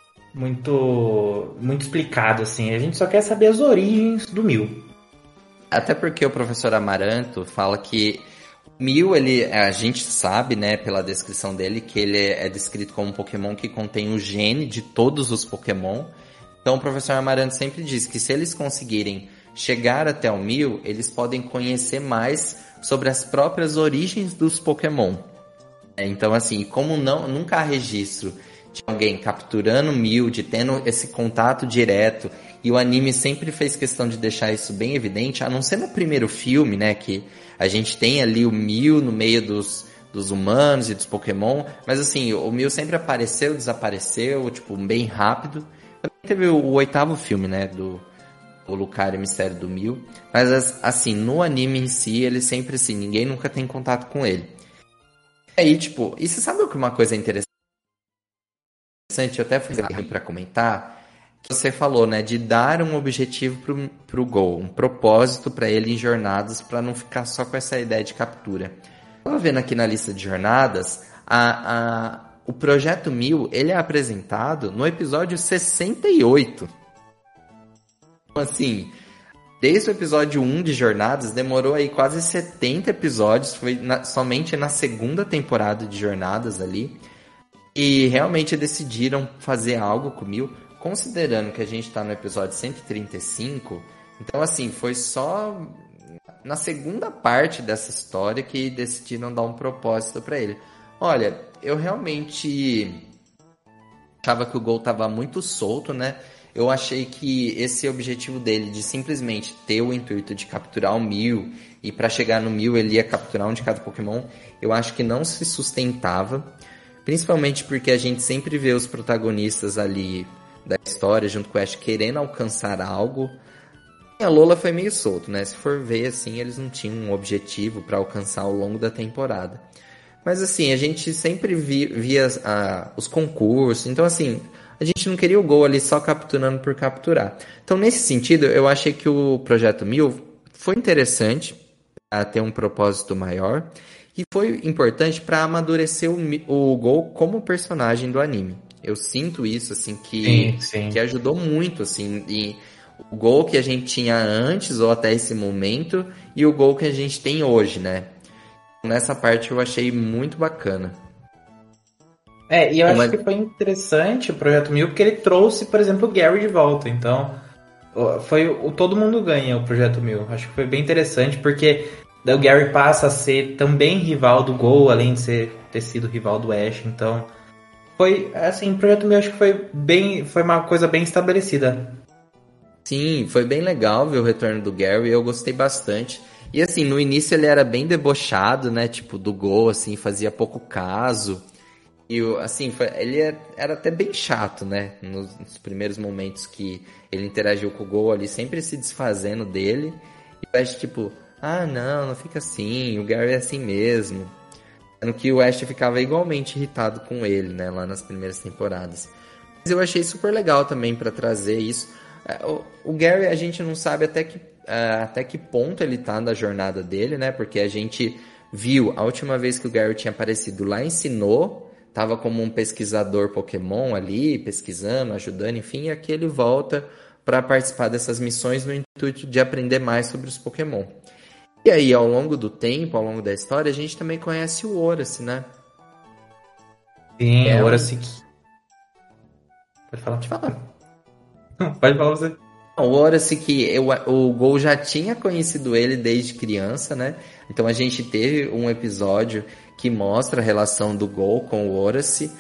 muito, muito explicado, assim. A gente só quer saber as origens do Mil. Até porque o professor Amaranto fala que o Mil, ele, a gente sabe, né, pela descrição dele, que ele é descrito como um Pokémon que contém o gene de todos os Pokémon. Então o professor Amaranto sempre diz que se eles conseguirem chegar até o Mil, eles podem conhecer mais sobre as próprias origens dos Pokémon. Então, assim, como não, nunca há registro de alguém capturando o Mil, de tendo esse contato direto, e o anime sempre fez questão de deixar isso bem evidente, a não ser no primeiro filme, né, que a gente tem ali o Mil no meio dos, dos humanos e dos Pokémon, mas assim, o Mil sempre apareceu, desapareceu, tipo, bem rápido. Também teve o, o oitavo filme, né, do o Lucario e Mistério do Mil, mas assim, no anime em si, ele sempre assim, ninguém nunca tem contato com ele. E aí, tipo, e você sabe o que uma coisa interessante, eu até fiz aqui pra comentar, que você falou, né, de dar um objetivo pro, pro Go, um propósito para ele em jornadas, para não ficar só com essa ideia de captura. Estava vendo aqui na lista de jornadas, a, a, o Projeto Mil, ele é apresentado no episódio sessenta e oito. Então, assim, desde o episódio um de Jornadas, demorou aí quase setenta episódios, foi na, somente na segunda temporada de Jornadas ali, e realmente decidiram fazer algo com o Mil, considerando que a gente tá no episódio cento e trinta e cinco, então assim, foi só na segunda parte dessa história que decidiram dar um propósito pra ele. Olha, eu realmente achava que o Gol tava muito solto, né? Eu achei que esse objetivo dele de simplesmente ter o intuito de capturar o Mew e para chegar no Mew ele ia capturar um de cada Pokémon, eu acho que não se sustentava, principalmente porque a gente sempre vê os protagonistas ali da história junto com o Ash querendo alcançar algo. E a Lola foi meio solto, né? Se for ver assim, eles não tinham um objetivo para alcançar ao longo da temporada. Mas assim, a gente sempre vi, via ah, os concursos, então assim, a gente não queria o Gol ali só capturando por capturar. Então nesse sentido, eu achei que o Projeto Mil foi interessante para ter um propósito maior e foi importante para amadurecer o, o Gol como personagem do anime. Eu sinto isso, assim, que, Sim, sim. que ajudou muito, assim, e o Gol que a gente tinha antes ou até esse momento e o Gol que a gente tem hoje, né? Nessa parte eu achei muito bacana. É, e eu Bom, acho mas... que foi interessante o Projeto Mil porque ele trouxe, por exemplo, o Gary de volta. Então, foi o todo mundo ganha o Projeto Mil. Acho que foi bem interessante porque o Gary passa a ser também rival do Gol, além de ser, ter sido rival do Ash. Então, foi assim, o Projeto Mil acho que foi bem, foi uma coisa bem estabelecida. Sim, foi bem legal ver o retorno do Gary, eu gostei bastante. E assim, no início ele era bem debochado, né? Tipo, do Gol, assim, fazia pouco caso. E assim, foi, ele era até bem chato, né? Nos, nos primeiros momentos que ele interagiu com o Gol ali, sempre se desfazendo dele. E o Ash, tipo, ah, não, não fica assim, o Gary é assim mesmo. Sendo que o Ash ficava igualmente irritado com ele, né? Lá nas primeiras temporadas. Mas eu achei super legal também pra trazer isso. O, o Gary, a gente não sabe até que, uh, até que ponto ele tá na jornada dele, né? Porque a gente viu, a última vez que o Gary tinha aparecido lá, ensinou, tava como um pesquisador Pokémon ali, pesquisando, ajudando, enfim, e aqui ele volta para participar dessas missões no intuito de aprender mais sobre os Pokémon. E aí, ao longo do tempo, ao longo da história, a gente também conhece o Horace, né? Sim, É o um... Horace. Pode falar. Pode falar. Pode falar você. O Horace que eu, o Gol já tinha conhecido ele desde criança, né? Então a gente teve um episódio que mostra a relação do Gol com o Horace.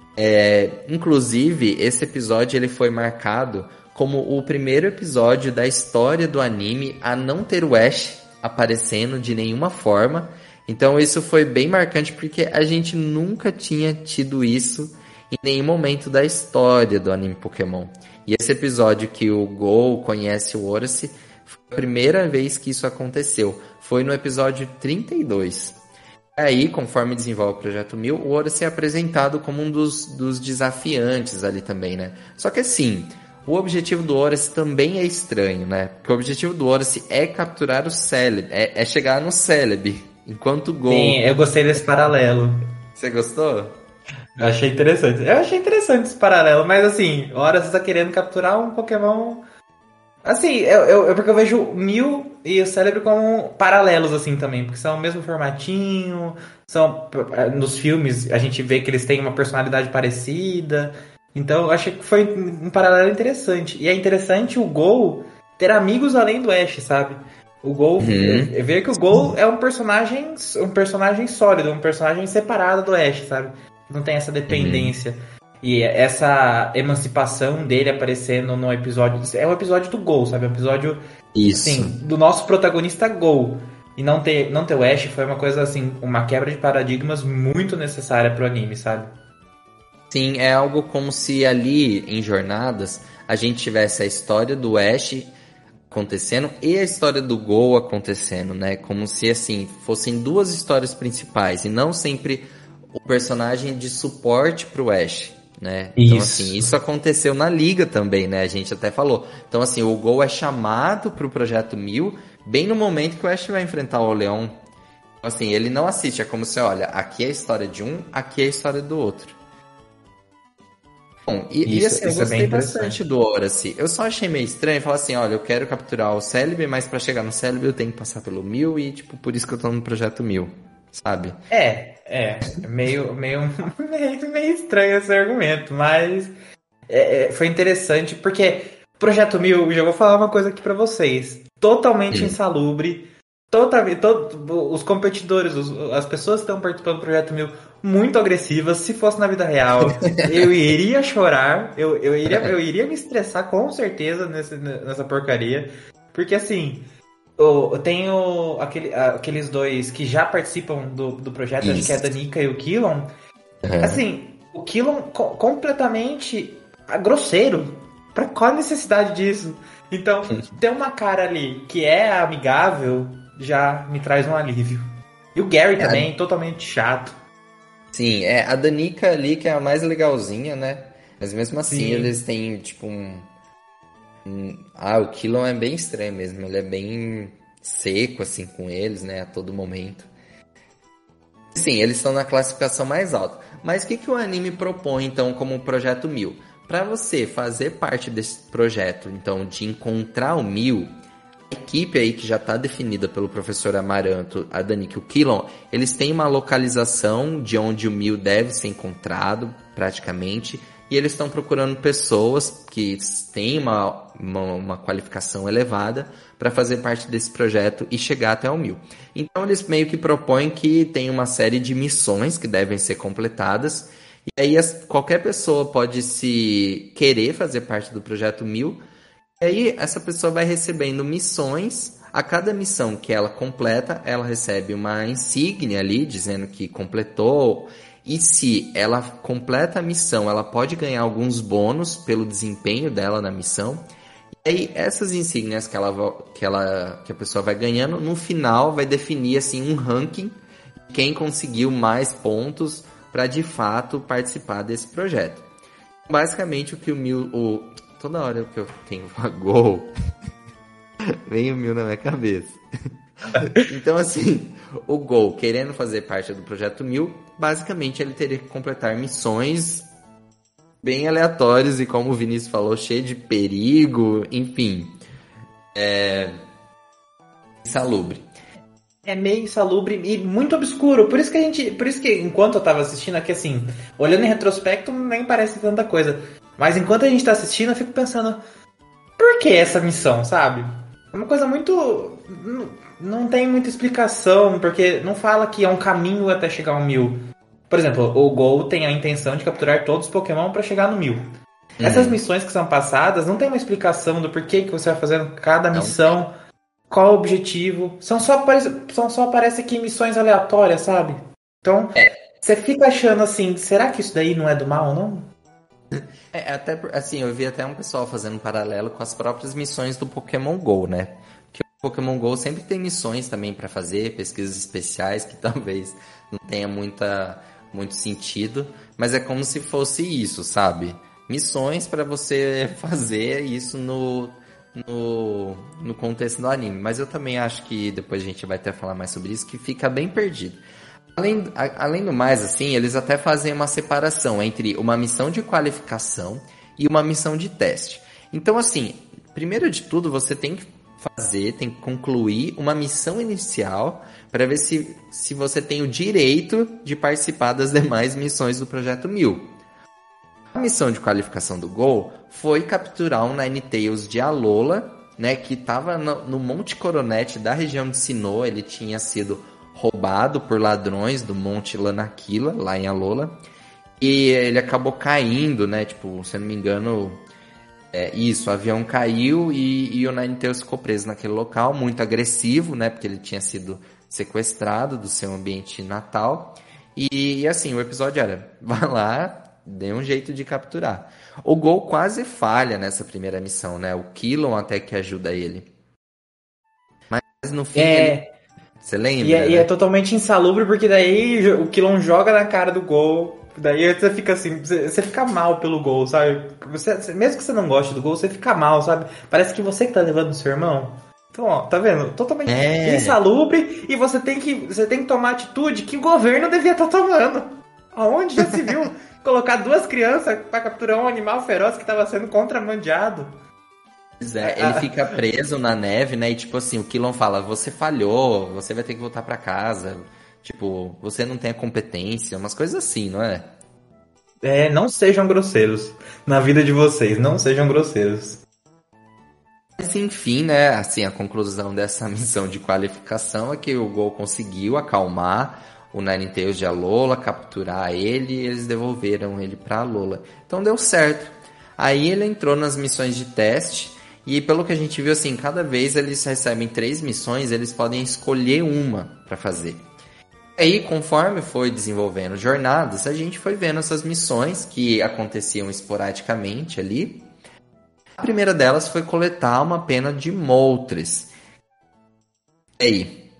É, inclusive, esse episódio ele foi marcado como o primeiro episódio da história do anime a não ter o Ash aparecendo de nenhuma forma. Então isso foi bem marcante porque a gente nunca tinha tido isso em nenhum momento da história do anime Pokémon. E esse episódio que o Gol conhece o Horace foi a primeira vez que isso aconteceu. Foi no episódio trinta e dois. Aí, conforme desenvolve o Projeto Mil, o Horace é apresentado como um dos, dos desafiantes ali também, né? Só que assim, o objetivo do Horace também é estranho, né? Porque o objetivo do Horace é capturar o Celebi, é, é chegar no Celebi, enquanto o Gol... Sim, eu gostei desse paralelo. Você gostou? Eu achei interessante. Eu achei interessante esse paralelo, mas assim, hora você tá querendo capturar um Pokémon. Assim, eu, eu, eu- porque eu vejo o Mew e o Celebi como paralelos, assim, também, porque são o mesmo formatinho, são. Nos filmes a gente vê que eles têm uma personalidade parecida. Então eu achei que foi um paralelo interessante. E é interessante o Gol ter amigos além do Ash, sabe? O Gol, Uhum. é, ver que o Gol é um personagem, um personagem sólido, um personagem separado do Ash, sabe? Não tem essa Uhum. dependência. E essa emancipação dele aparecendo no episódio. É um episódio do Gol, sabe? É um episódio, Isso. assim, do nosso protagonista Gol. E não ter, não ter o Ash foi uma coisa, assim, uma quebra de paradigmas muito necessária pro anime, sabe? Sim, é algo como se ali em Jornadas a gente tivesse a história do Ash acontecendo e a história do Gol acontecendo, né? Como se assim fossem duas histórias principais e não sempre o personagem de suporte pro Ash, né? Então assim, Isso. isso aconteceu na liga também, né? A gente até falou. Então assim, o Gol é chamado pro Projeto Mil bem no momento que o Ash vai enfrentar o Leon. Então, assim, ele não assiste, é como se, olha, aqui é a história de um, aqui é a história do outro. Bom, e, e Isso, assim, eu isso é bem gostei bastante interessante. do Horace. Eu só achei meio estranho falar assim, olha, eu quero capturar o Celebi, mas pra chegar no Celebi eu tenho que passar pelo Mil e, tipo, por isso que eu tô no Projeto Mil, sabe? É, é. é Meio, meio, meio, meio estranho esse argumento, mas é, é, foi interessante porque Projeto Mil, já vou falar uma coisa aqui pra vocês. Totalmente Hum. insalubre. Totalmente, todo, os competidores, os- as pessoas que estão participando do Projeto Mil, muito agressivas. Se fosse na vida real, eu iria chorar, eu, eu, iria, eu iria me estressar com certeza nesse, nessa porcaria. Porque assim, eu, eu tenho aquele, aqueles dois que já participam do, do projeto, acho que é a Isso. Danica e o Killon. Aham. Assim, o Killon co- completamente ah, grosseiro. Pra qual a necessidade disso? Então, ter uma cara ali que é amigável já me traz um alívio. E o Gary É, a- também, totalmente chato. sim, é a Danica ali que é a mais legalzinha, né? Mas mesmo assim eles Sim. têm, tipo, um. um- Ah, o Killon é bem estranho mesmo. Ele é bem seco, assim, com eles, né? A todo momento. Sim, eles estão na classificação mais alta. Mas o que, que o anime propõe, então, como projeto Mil? Para você fazer parte desse projeto, então, de encontrar o Mil, a equipe aí que já está definida pelo professor Amaranto, a Danica e o Killon, eles têm uma localização de onde o Mil deve ser encontrado, praticamente, e eles estão procurando pessoas que têm uma, uma, uma qualificação elevada para fazer parte desse projeto e chegar até o Mil. Então eles meio que propõem que tem uma série de missões que devem ser completadas, e aí as- qualquer pessoa pode se querer fazer parte do projeto Mil, e aí essa pessoa vai recebendo missões. A cada missão que ela completa, ela recebe uma insígnia ali dizendo que completou. E se ela completa a missão, ela pode ganhar alguns bônus pelo desempenho dela na missão. E aí essas insígnias que ela, va- que ela que a pessoa vai ganhando, no final vai definir assim um ranking de quem conseguiu mais pontos para de fato participar desse projeto. Basicamente o que o Mil, o toda hora que eu tenho gol, vem o Mil na minha cabeça. Então assim, o Gol querendo fazer parte do projeto Mil, basicamente ele teria que completar missões bem aleatórias e como o Vinícius falou, cheio de perigo, enfim, insalubre. É meio insalubre e muito obscuro. Por isso que a gente. Por isso que enquanto eu tava assistindo aqui, assim, olhando em retrospecto, nem parece tanta coisa. Mas enquanto a gente tá assistindo, eu fico pensando, por que essa missão, sabe? É uma coisa muito. Não, não tem muita explicação, porque não fala que é um caminho até chegar ao mil. Por exemplo, o Gol tem a intenção de capturar todos os Pokémon para chegar no mil. Essas Uhum. missões que são passadas não tem uma explicação do porquê que você vai fazendo cada Não tem. missão, qual o objetivo. São só, apare- são só aparece aqui missões aleatórias, sabe? Então, você fica achando assim, será que isso daí não é do mal, não? É, até por- assim, eu vi até um pessoal fazendo um paralelo com as próprias missões do Pokémon Go, né? Que o Pokémon Go sempre tem missões também para fazer, pesquisas especiais que talvez não tenha muita muito sentido, mas é como se fosse isso, sabe? Missões para você fazer isso no, no no contexto do anime, mas eu também acho que depois a gente vai até falar mais sobre isso, que fica bem perdido. Além, a- além do mais, assim, eles até fazem uma separação entre uma missão de qualificação e uma missão de teste. Então, assim, primeiro de tudo, você tem que fazer, tem que concluir uma missão inicial para ver se, se você tem o direito de participar das demais missões do Projeto Mil. A missão de qualificação do Gol foi capturar um Ninetales de Alola, né, que estava no, no Monte Coronet da região de Sinnoh. Ele tinha sido roubado por ladrões do Monte Lanakila, lá em Alola. E ele acabou caindo, né, tipo, se eu não me engano, é, isso, o avião caiu e, e o Ninetales ficou preso naquele local, muito agressivo, né, porque ele tinha sido sequestrado do seu ambiente natal. E, e assim, o episódio era, vai lá, dê um jeito de capturar. O Gol quase falha nessa primeira missão, né? O Killon até que ajuda ele. Mas no fim ele. É, Você e é, lembra, e é né? totalmente insalubre, porque daí o Killon joga na cara do Gol. Daí você fica assim, você, você fica mal pelo Gol, sabe? Você, mesmo que você não goste do Gol, você fica mal, sabe? Parece que você que tá levando o seu irmão. Então, ó, tá vendo? Totalmente É, insalubre e você tem que, você tem que tomar atitude que o governo devia estar tomando. Aonde já se viu colocar duas crianças pra capturar um animal feroz que tava sendo contrabandeado? pois Ah, é, ele ah, fica preso na neve, né? E tipo assim, o Killon fala, você falhou, você vai ter que voltar pra casa. Tipo, você não tem a competência, umas coisas assim, não é? é, não sejam grosseiros na vida de vocês, não sejam grosseiros. Mas enfim, né, assim, a conclusão dessa missão de qualificação é que o Gol conseguiu acalmar o Ninetales de Alola, capturar ele e eles devolveram ele pra Alola. Então deu certo. Aí ele entrou nas missões de teste e pelo que a gente viu, assim, cada vez eles recebem três missões, eles podem escolher uma pra fazer. Aí, conforme foi desenvolvendo jornadas, a gente foi vendo essas missões que aconteciam esporadicamente ali. A primeira delas foi coletar uma pena de Moltres. E aí?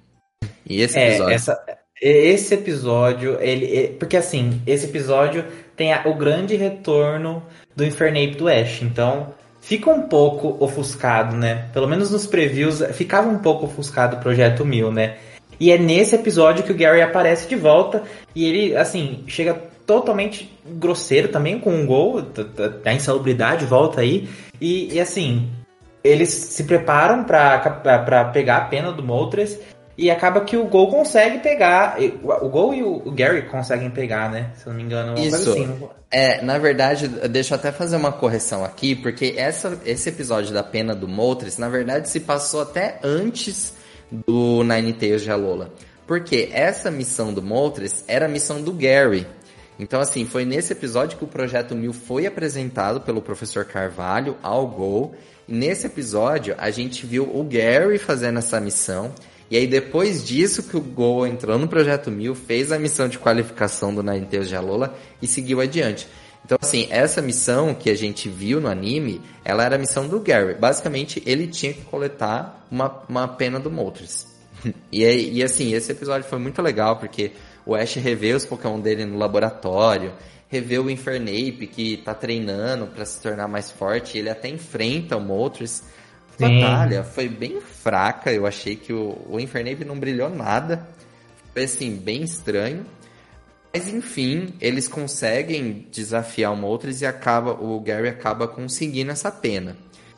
E esse episódio? É, essa, esse episódio, ele, porque assim, esse episódio tem a- o grande retorno do Infernape do Ash, então fica um pouco ofuscado, né? Pelo menos nos previews ficava um pouco ofuscado o Projeto Mil, né? E é nesse episódio que o Gary aparece de volta e ele, assim, chega totalmente grosseiro também com um gol, a insalubridade volta aí, e, e assim, eles se preparam pra, pra pegar a pena do Moltres e acaba que o Gol consegue pegar, o Gol e o Gary conseguem pegar, né? Se eu não me engano, uma Isso. coisa assim. É, na verdade, deixa eu até fazer uma correção aqui, porque essa, esse episódio da pena do Moltres, na verdade, se passou até antes do Ninetales de Alola. Porque essa missão do Moltres era a missão do Gary. Então, assim, foi nesse episódio que o Projeto Mil foi apresentado pelo professor Carvalho ao Gol. E nesse episódio, a gente viu o Gary fazendo essa missão. E aí, depois disso que o Gol entrou no Projeto Mil, fez a missão de qualificação do Ninetales de Alola e seguiu adiante. Então, assim, essa missão que a gente viu no anime, ela era a missão do Gary. Basicamente, ele tinha que coletar uma, uma pena do Moltres. e, e, assim, esse episódio foi muito legal, porque o Ash revê os Pokémon dele no laboratório, revê o Infernape, que tá treinando pra se tornar mais forte, ele até enfrenta o Moltres. A batalha foi bem fraca, eu achei que o, o Infernape não brilhou nada. Foi, assim, bem estranho. Mas enfim, eles conseguem desafiar o Moltres e acaba, o Gary acaba conseguindo essa pena.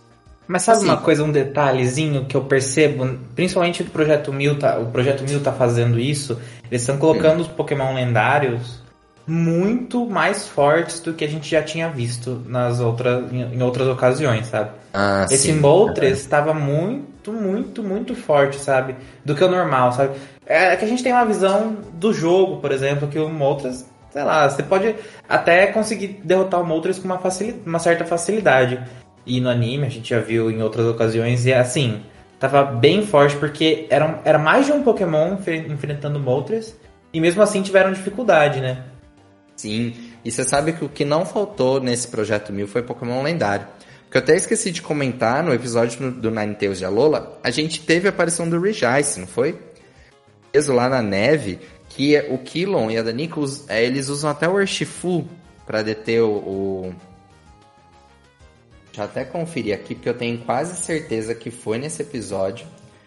Mas sabe Assim, uma coisa, um detalhezinho que eu percebo, principalmente do Projeto Mil, tá, o Projeto Mil tá fazendo isso, eles estão colocando hum. os Pokémon lendários muito mais fortes do que a gente já tinha visto nas outras, em, em outras ocasiões, sabe? Ah, Esse sim. Moltres estava muito, muito, muito forte, sabe? Do que o normal, sabe? É que a gente tem uma visão do jogo, por exemplo, que o Moltres, sei lá, você pode até conseguir derrotar o Moltres com uma, facil... uma certa facilidade. E no anime, a gente já viu em outras ocasiões, e assim, tava bem forte, porque era, era mais de um Pokémon enfrentando o Moltres, e mesmo assim tiveram dificuldade, né? Sim, e você sabe que o que não faltou nesse Projeto Mil foi Pokémon lendário. Porque eu até esqueci de comentar, no episódio do Ninetales de Alola, a gente teve a aparição do Regice, não foi? Preso lá na neve, que o Killon e a Danica, eles usam até o Urshifu pra deter o... o... Deixa eu até conferir aqui, porque eu tenho quase certeza que foi nesse episódio.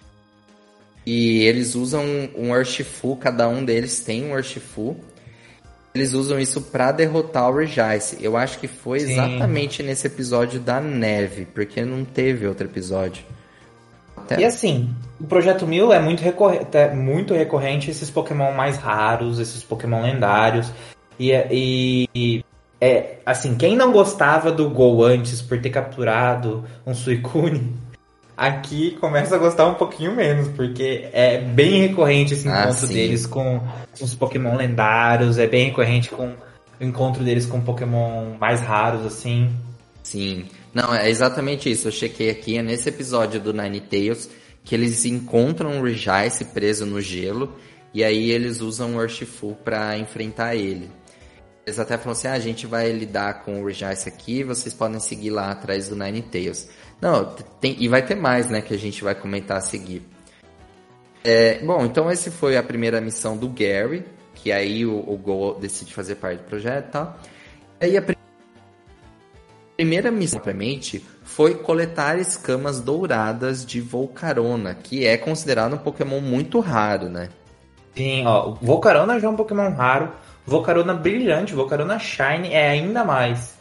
E eles usam um Urshifu, cada um deles tem um Urshifu. Eles usam isso pra derrotar o Regice. Eu acho que foi Sim. exatamente nesse episódio da neve, porque não teve outro episódio. Até... E assim, o Projeto Mil é muito, recorre... é muito recorrente esses Pokémon mais raros, esses Pokémon lendários. E, e é assim, quem não gostava do Gol antes por ter capturado um Suicune, aqui começa a gostar um pouquinho menos, porque é bem recorrente esse encontro ah, deles com os Pokémon lendários, é bem recorrente com o encontro deles com Pokémon mais raros, assim. Sim, não, é exatamente isso, eu chequei aqui, é nesse episódio do Ninetales que eles encontram o Regice preso no gelo, e aí eles usam o Urshifu pra enfrentar ele. Eles até falam assim, ah, a gente vai lidar com o Regice aqui, vocês podem seguir lá atrás do Ninetales. Não, tem, e vai ter mais, né, que a gente vai comentar a seguir. É, bom, então essa foi a primeira missão do Gary, que aí o, o Gol decide fazer parte do projeto e tal. E aí a pr- primeira missão, propriamente, foi coletar escamas douradas de Volcarona, que é considerado um Pokémon muito raro, né? Sim, ó, o Volcarona já é um Pokémon raro, Volcarona brilhante, Volcarona Shine é ainda mais.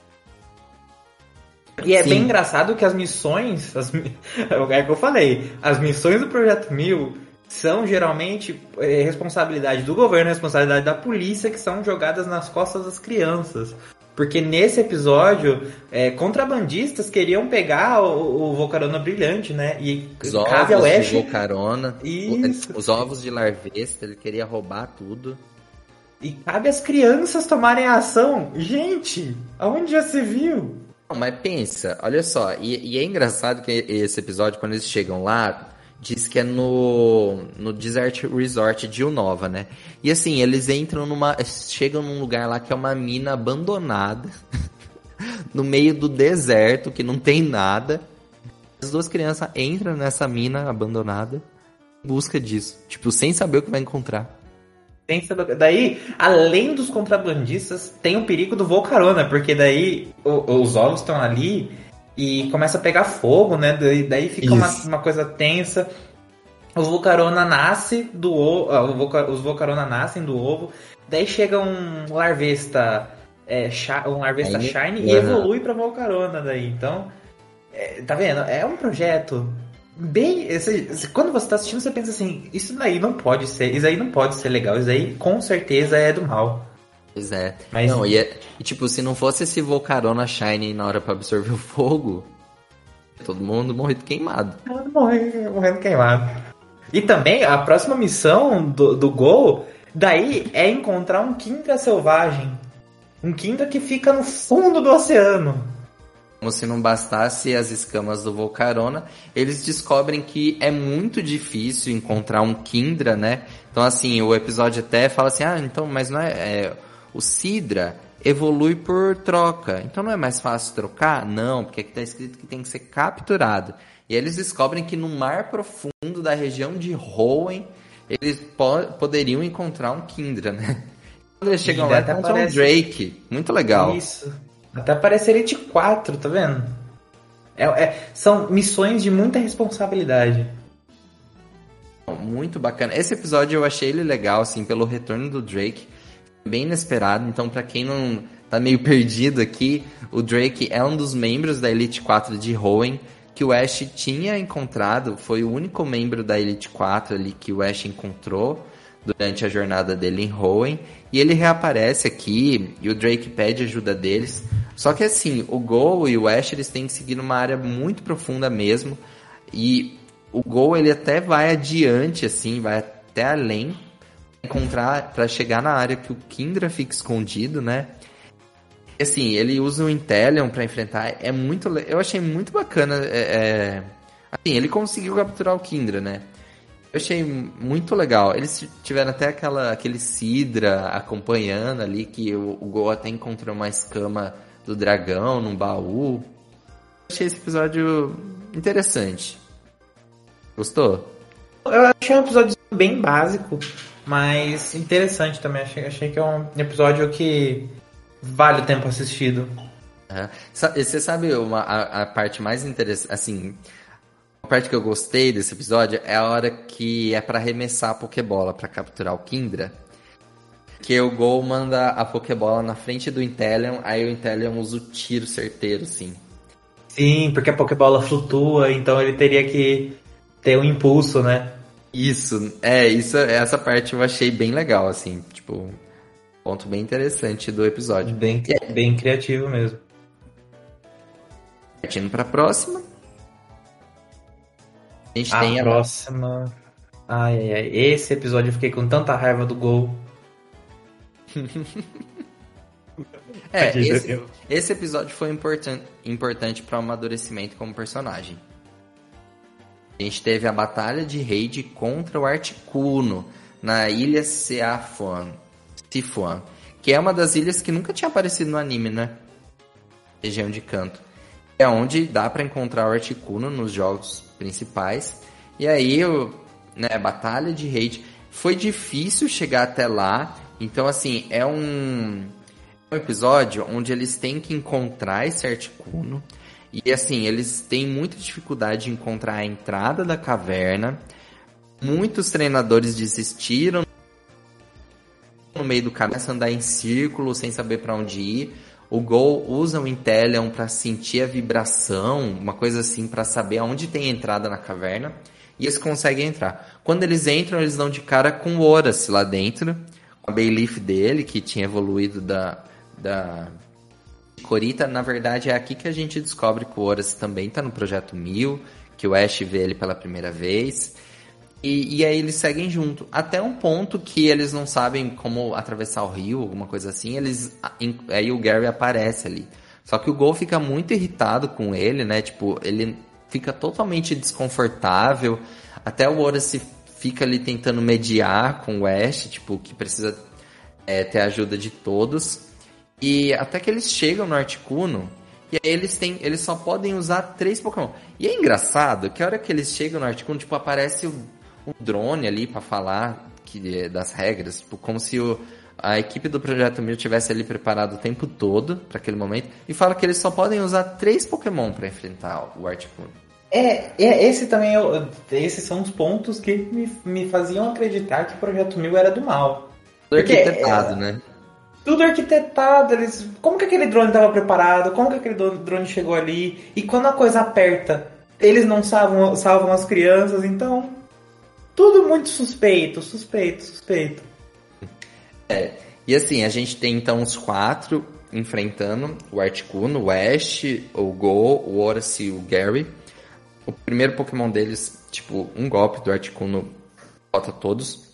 E é Sim. bem engraçado que as missões, as, é o que eu falei, as missões do Projeto Mil são geralmente é, responsabilidade do governo, responsabilidade da polícia, que são jogadas nas costas das crianças. Porque nesse episódio, é, contrabandistas queriam pegar o, o Volcarona Brilhante, né? E Os cabe ao ovos Ash... de Volcarona, Isso. os ovos de Larvesta, ele queria roubar tudo. E cabe às crianças tomarem a ação. Gente, aonde já se viu? Não, mas pensa, olha só, e, e é engraçado que esse episódio, quando eles chegam lá, diz que é no, no Desert Resort de Unova, né? E assim, eles entram numa... chegam num lugar lá que é uma mina abandonada, no meio do deserto, que não tem nada. As duas crianças entram nessa mina abandonada em busca disso, tipo, sem saber o que vai encontrar. Daí, além dos contrabandistas, tem o perigo do Volcarona, porque daí o, os ovos estão ali e começa a pegar fogo, né? Daí, daí fica uma, uma coisa tensa. Os Volcarona nasce do ovo, os Volcarona nascem do ovo. Daí chega um Larvesta, é, um Larvesta Aí, Shine uhum. e evolui para Volcarona daí. Então, é, tá vendo? É um projeto bem... Esse, quando você tá assistindo, você pensa assim, isso daí não pode ser, isso aí não pode ser legal, isso aí com certeza é do mal. Pois é. Mas... Não, e, é, e tipo, se não fosse esse Volcarona Shine na hora pra absorver o fogo, todo mundo morrendo queimado. Todo mundo morrendo, morrendo queimado. E também, a próxima missão do, do Gol, daí é encontrar um Kindra selvagem. Um Kindra que fica no fundo do oceano. Como se não bastasse as escamas do Volcarona, eles descobrem que é muito difícil encontrar um Kindra, né? Então, assim, o episódio até fala assim, ah, então, mas não é... é o Sidra evolui por troca, então não é mais fácil trocar? Não, porque aqui tá escrito que tem que ser capturado. E eles descobrem que no mar profundo da região de Hoenn, eles po- poderiam encontrar um Kindra, né? Quando eles chegam lá, encontram aparece... um Drake. Muito legal. Isso. Até aparece Elite quatro, tá vendo? É, é, são missões de muita responsabilidade. Muito bacana. Esse episódio eu achei ele legal, assim, pelo retorno do Drake. Bem inesperado. Então, pra quem não tá meio perdido aqui, o Drake é um dos membros da Elite quatro de Hoenn, que o Ash tinha encontrado. Foi o único membro da Elite quatro ali que o Ash encontrou durante a jornada dele em Hoenn. E ele reaparece aqui e o Drake pede ajuda deles. Só que assim, o Gol e o Ash, eles têm que seguir numa área muito profunda mesmo. E o Gol, ele até vai adiante, assim, vai até além, encontrar, para chegar na área que o Kindra fica escondido, né? E, assim, ele usa o Inteleon para enfrentar. É muito, eu achei muito bacana. É, é, assim, ele conseguiu capturar o Kindra, né? Eu achei muito legal. Eles tiveram até aquela, aquele Sidra acompanhando ali, que o, o Gol até encontrou uma escama do dragão num baú. Eu achei esse episódio interessante. Gostou? Eu achei um episódio bem básico, mas interessante também. Achei, achei que é um episódio que vale o tempo assistido. Uhum. Você sabe uma, a, a parte mais interessante, assim... A parte que eu gostei desse episódio é a hora que é pra arremessar a Pokébola pra capturar o Kindra. Que o Gol manda a Pokébola na frente do Inteleon, aí o Inteleon usa o tiro certeiro, sim. Sim, porque a Pokébola flutua, então ele teria que ter um impulso, né? Isso, é, isso, essa parte eu achei bem legal, assim, tipo, ponto bem interessante do episódio. Bem, bem criativo mesmo. Partindo pra próxima. A gente a tem próxima... A... Ai, ai, ai. Esse episódio eu fiquei com tanta raiva do Gol. é, esse, esse episódio foi important, importante para o amadurecimento como personagem. A gente teve a batalha de Raid contra o Articuno na ilha Sifuan, Sifuan, que é uma das ilhas que nunca tinha aparecido no anime, né? Região de Kanto. É onde dá para encontrar o Articuno nos jogos principais. E aí, o, né, batalha de Raid. Foi difícil chegar até lá. Então, assim, é um, um episódio onde eles têm que encontrar esse Articuno. E, assim, eles têm muita dificuldade de encontrar a entrada da caverna. Muitos treinadores desistiram no meio do caminho, começam a andar em círculo sem saber para onde ir. O Gol usa o Inteleon para sentir a vibração, uma coisa assim, para saber aonde tem entrada na caverna. E eles conseguem entrar. Quando eles entram, eles dão de cara com o Horace lá dentro, com a Bayleaf dele, que tinha evoluído da, da, Corita, na verdade, é aqui que a gente descobre que o Horace também tá no Projeto Mil, que o Ash vê ele pela primeira vez. E, e aí eles seguem junto. Até um ponto que eles não sabem como atravessar o rio, alguma coisa assim. Eles, aí o Gary aparece ali. Só que o Gol fica muito irritado com ele, né? Tipo, ele fica totalmente desconfortável. Até o Horace fica ali tentando mediar com o Ash, tipo, que precisa é, ter a ajuda de todos. E até que eles chegam no Articuno, e aí eles, têm, eles só podem usar três Pokémon. E é engraçado que a hora que eles chegam no Articuno, tipo, aparece o um drone ali pra falar que, das regras, tipo, como se o, a equipe do Projeto Mil tivesse ali preparado o tempo todo para aquele momento, e fala que eles só podem usar três Pokémon para enfrentar o Articuno. É, é, esse também, eu, esses são os pontos que me, me faziam acreditar que o Projeto Mil era do mal. Tudo arquitetado, é, né? Tudo arquitetado, eles, como que aquele drone estava preparado, como que aquele drone chegou ali, e quando a coisa aperta, eles não salvam, salvam as crianças, então... Tudo muito suspeito, suspeito, suspeito. É, e assim, a gente tem então os quatro enfrentando o Articuno, o Ash, o Go, o Horace e o Gary. O primeiro Pokémon deles, tipo, um golpe do Articuno bota todos.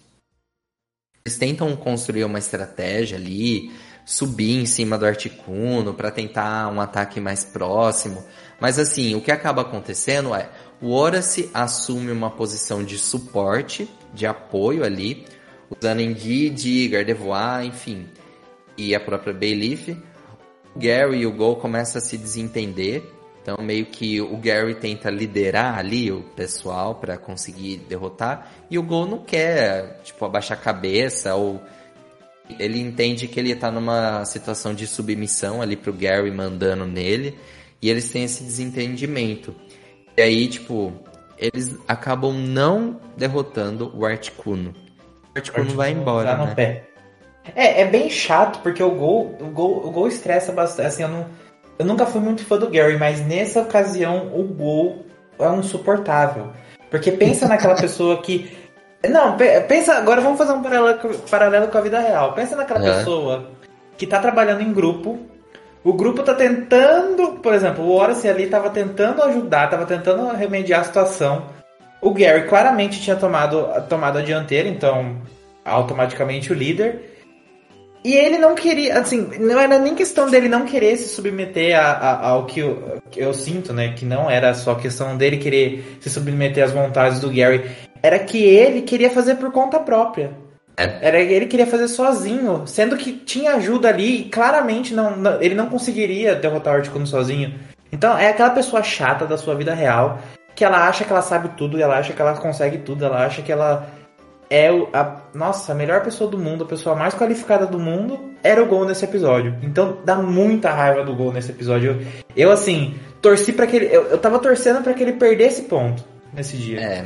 Eles tentam construir uma estratégia ali, subir em cima do Articuno para tentar um ataque mais próximo. Mas assim, o que acaba acontecendo é... O Horace assume uma posição de suporte, de apoio ali, usando Indeed, Gardevoir, enfim, e a própria Bayleaf. O Gary e o Go começam a se desentender, então meio que o Gary tenta liderar ali o pessoal para conseguir derrotar, e o Go não quer, tipo, abaixar a cabeça, ou ele entende que ele tá numa situação de submissão ali pro Gary mandando nele, e eles têm esse desentendimento. E aí, tipo, eles acabam não derrotando o Articuno. O Articuno, Articuno vai embora, tá no né? Pé. É, é bem chato, porque o Gol, o Gol, o Gol estressa bastante. Assim, eu, não, eu nunca fui muito fã do Gary, mas nessa ocasião o Gol é um insuportável. Porque pensa naquela pessoa que... Não, pensa... Agora vamos fazer um paralelo, paralelo com a vida real. Pensa naquela uhum. pessoa que tá trabalhando em grupo... O grupo tá tentando, por exemplo, o Horace ali tava tentando ajudar, tava tentando remediar a situação. O Gary claramente tinha tomado, tomado a dianteira, então automaticamente o líder. E ele não queria, assim, não era nem questão dele não querer se submeter a, a, ao que eu, que eu sinto, né? Que não era só questão dele querer se submeter às vontades do Gary. Era que ele queria fazer por conta própria. Era, ele queria fazer sozinho, sendo que tinha ajuda ali e claramente não, não, ele não conseguiria derrotar o Articuno sozinho. Então é aquela pessoa chata da sua vida real, que ela acha que ela sabe tudo, ela acha que ela consegue tudo, ela acha que ela é a, nossa, a melhor pessoa do mundo, a pessoa mais qualificada do mundo, era o Gol nesse episódio. Então dá muita raiva do Gol nesse episódio. Eu, eu assim, torci pra que ele, eu, eu tava torcendo pra que ele perdesse ponto nesse dia. É...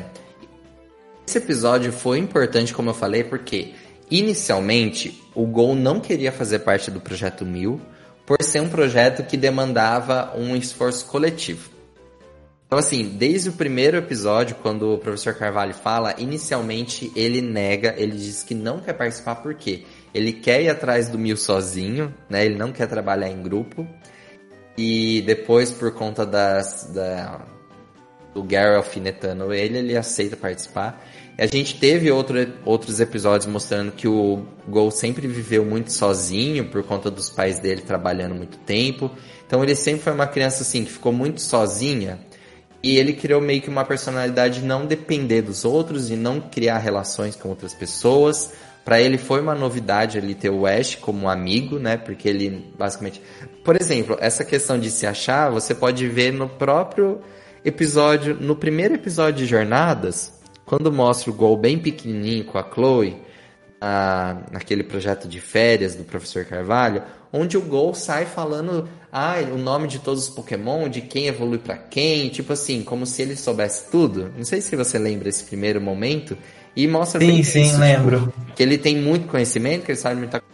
Esse episódio foi importante, como eu falei, porque inicialmente o Gol não queria fazer parte do Projeto Mil por ser um projeto que demandava um esforço coletivo. Então assim, desde o primeiro episódio, quando o professor Carvalho fala, inicialmente ele nega, ele diz que não quer participar porque ele quer ir atrás do Mil sozinho, né? Ele não quer trabalhar em grupo. E depois, por conta das... Da, o Gary alfinetando ele, ele aceita participar. A gente teve outro, outros episódios mostrando que o Gol sempre viveu muito sozinho por conta dos pais dele trabalhando muito tempo. Então ele sempre foi uma criança assim que ficou muito sozinha e ele criou meio que uma personalidade de não depender dos outros e não criar relações com outras pessoas. Para ele foi uma novidade ele ter o Ash como amigo, né? Porque ele basicamente... Por exemplo, essa questão de se achar, você pode ver no próprio... episódio, no primeiro episódio de Jornadas, quando mostra o Gol bem pequenininho com a Chloe, a, naquele projeto de férias do professor Carvalho, onde o Gol sai falando ah, o nome de todos os Pokémon, de quem evolui pra quem, tipo assim, como se ele soubesse tudo. Não sei se você lembra esse primeiro momento, e mostra sim, bem sim, isso, lembro. Tipo, que ele tem muito conhecimento, que ele sabe muita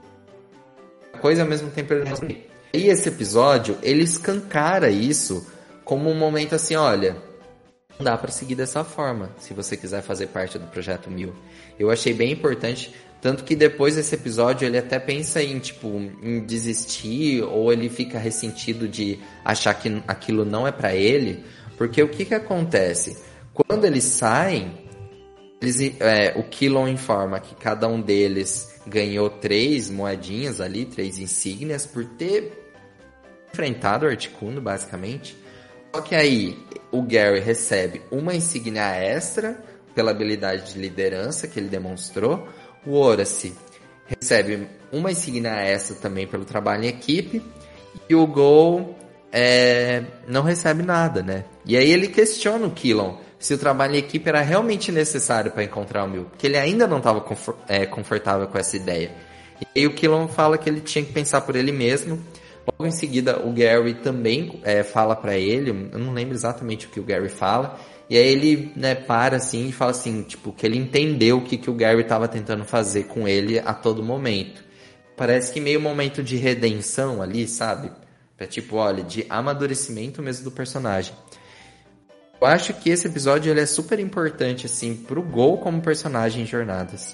coisa, ao mesmo tempo ele não sabe. E esse episódio, ele escancara isso como um momento assim, olha, não dá pra seguir dessa forma, se você quiser fazer parte do Projeto Mil. Eu achei bem importante, Tanto que depois desse episódio ele até pensa em, tipo, em desistir, ou ele fica ressentido de achar que aquilo não é pra ele. Porque o que que acontece? Quando eles saem, eles, é, o Killon informa que cada um deles ganhou três moedinhas ali, três insígnias, por ter enfrentado o Articuno, basicamente. Só que aí o Gary recebe uma insígnia extra pela habilidade de liderança que ele demonstrou. O Horace recebe uma insígnia extra também pelo trabalho em equipe. E o Gol é, não recebe nada, né? E aí ele questiona o Killon se o trabalho em equipe era realmente necessário para encontrar o Mil, porque ele ainda não estava é, confortável com essa ideia. E aí o Killon fala que ele tinha que pensar por ele mesmo. Logo em seguida, o Gary também é, fala pra ele, eu não lembro exatamente o que o Gary fala, e aí ele, né, para assim e fala assim, tipo, que ele entendeu o que, que o Gary estava tentando fazer com ele a todo momento. Parece que meio momento de redenção ali, sabe? Pra tipo, olha, de amadurecimento mesmo do personagem. Eu acho que esse episódio ele é super importante, assim, pro Gol como personagem em Jornadas.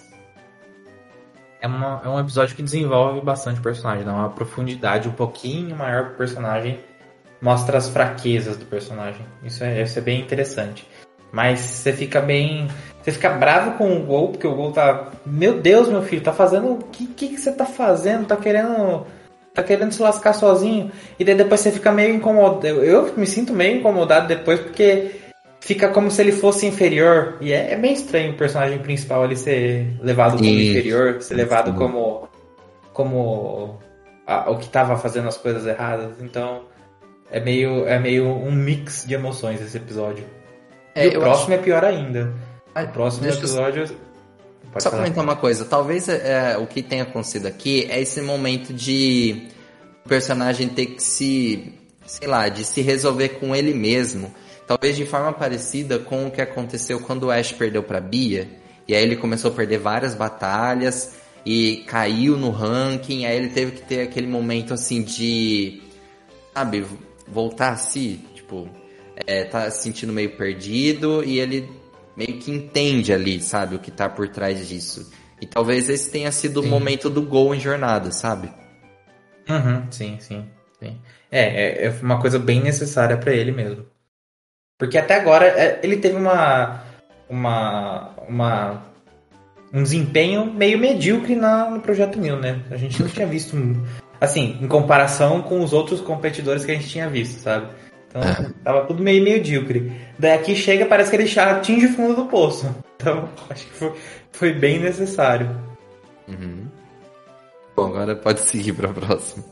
É, uma, é um episódio que desenvolve bastante o personagem, dá uma profundidade um pouquinho maior pro personagem, mostra as fraquezas do personagem. Isso é, isso é bem interessante. Mas você fica bem. Você fica bravo com o Gol, porque o Gol tá. Meu Deus, meu filho, tá fazendo. O que, que, que você tá fazendo? Tá querendo. Tá querendo se lascar sozinho. E daí depois você fica meio incomodado. Eu, eu me sinto meio incomodado depois, porque fica como se ele fosse inferior. E é, é bem estranho o personagem principal ali ser levado como Sim. inferior, ser levado Sim. como. como a, o que tava fazendo as coisas erradas. Então é meio, é meio um mix de emoções esse episódio. É, E o eu próximo acho- é pior ainda. Ah, O próximo deixa eu- episódio. Pode Só falar. comentar uma coisa, talvez é, o que tenha acontecido aqui é esse momento de o personagem ter que se, sei lá, de se resolver com ele mesmo. Talvez de forma parecida com o que aconteceu quando o Ash perdeu pra Bia. E aí ele começou a perder várias batalhas e caiu no ranking. Aí ele teve que ter aquele momento assim de, sabe, voltar a si, tipo, é, tá se sentindo meio perdido e ele meio que entende ali, sabe, o que tá por trás disso. E talvez esse tenha sido Sim. o momento do Gol em Jornada, sabe? Uhum, sim, sim, sim. É, é, é uma coisa bem necessária pra ele mesmo. Porque até agora é, ele teve uma, uma, uma, um desempenho meio medíocre na, no Projeto Mil, né? A gente não tinha visto, um- assim, em comparação com os outros competidores que a gente tinha visto, sabe? Então, É. tava tudo meio medíocre. Daí aqui chega, parece que ele já atinge o fundo do poço. Então, acho que foi, foi bem necessário. Uhum. Bom, agora pode seguir pra próxima.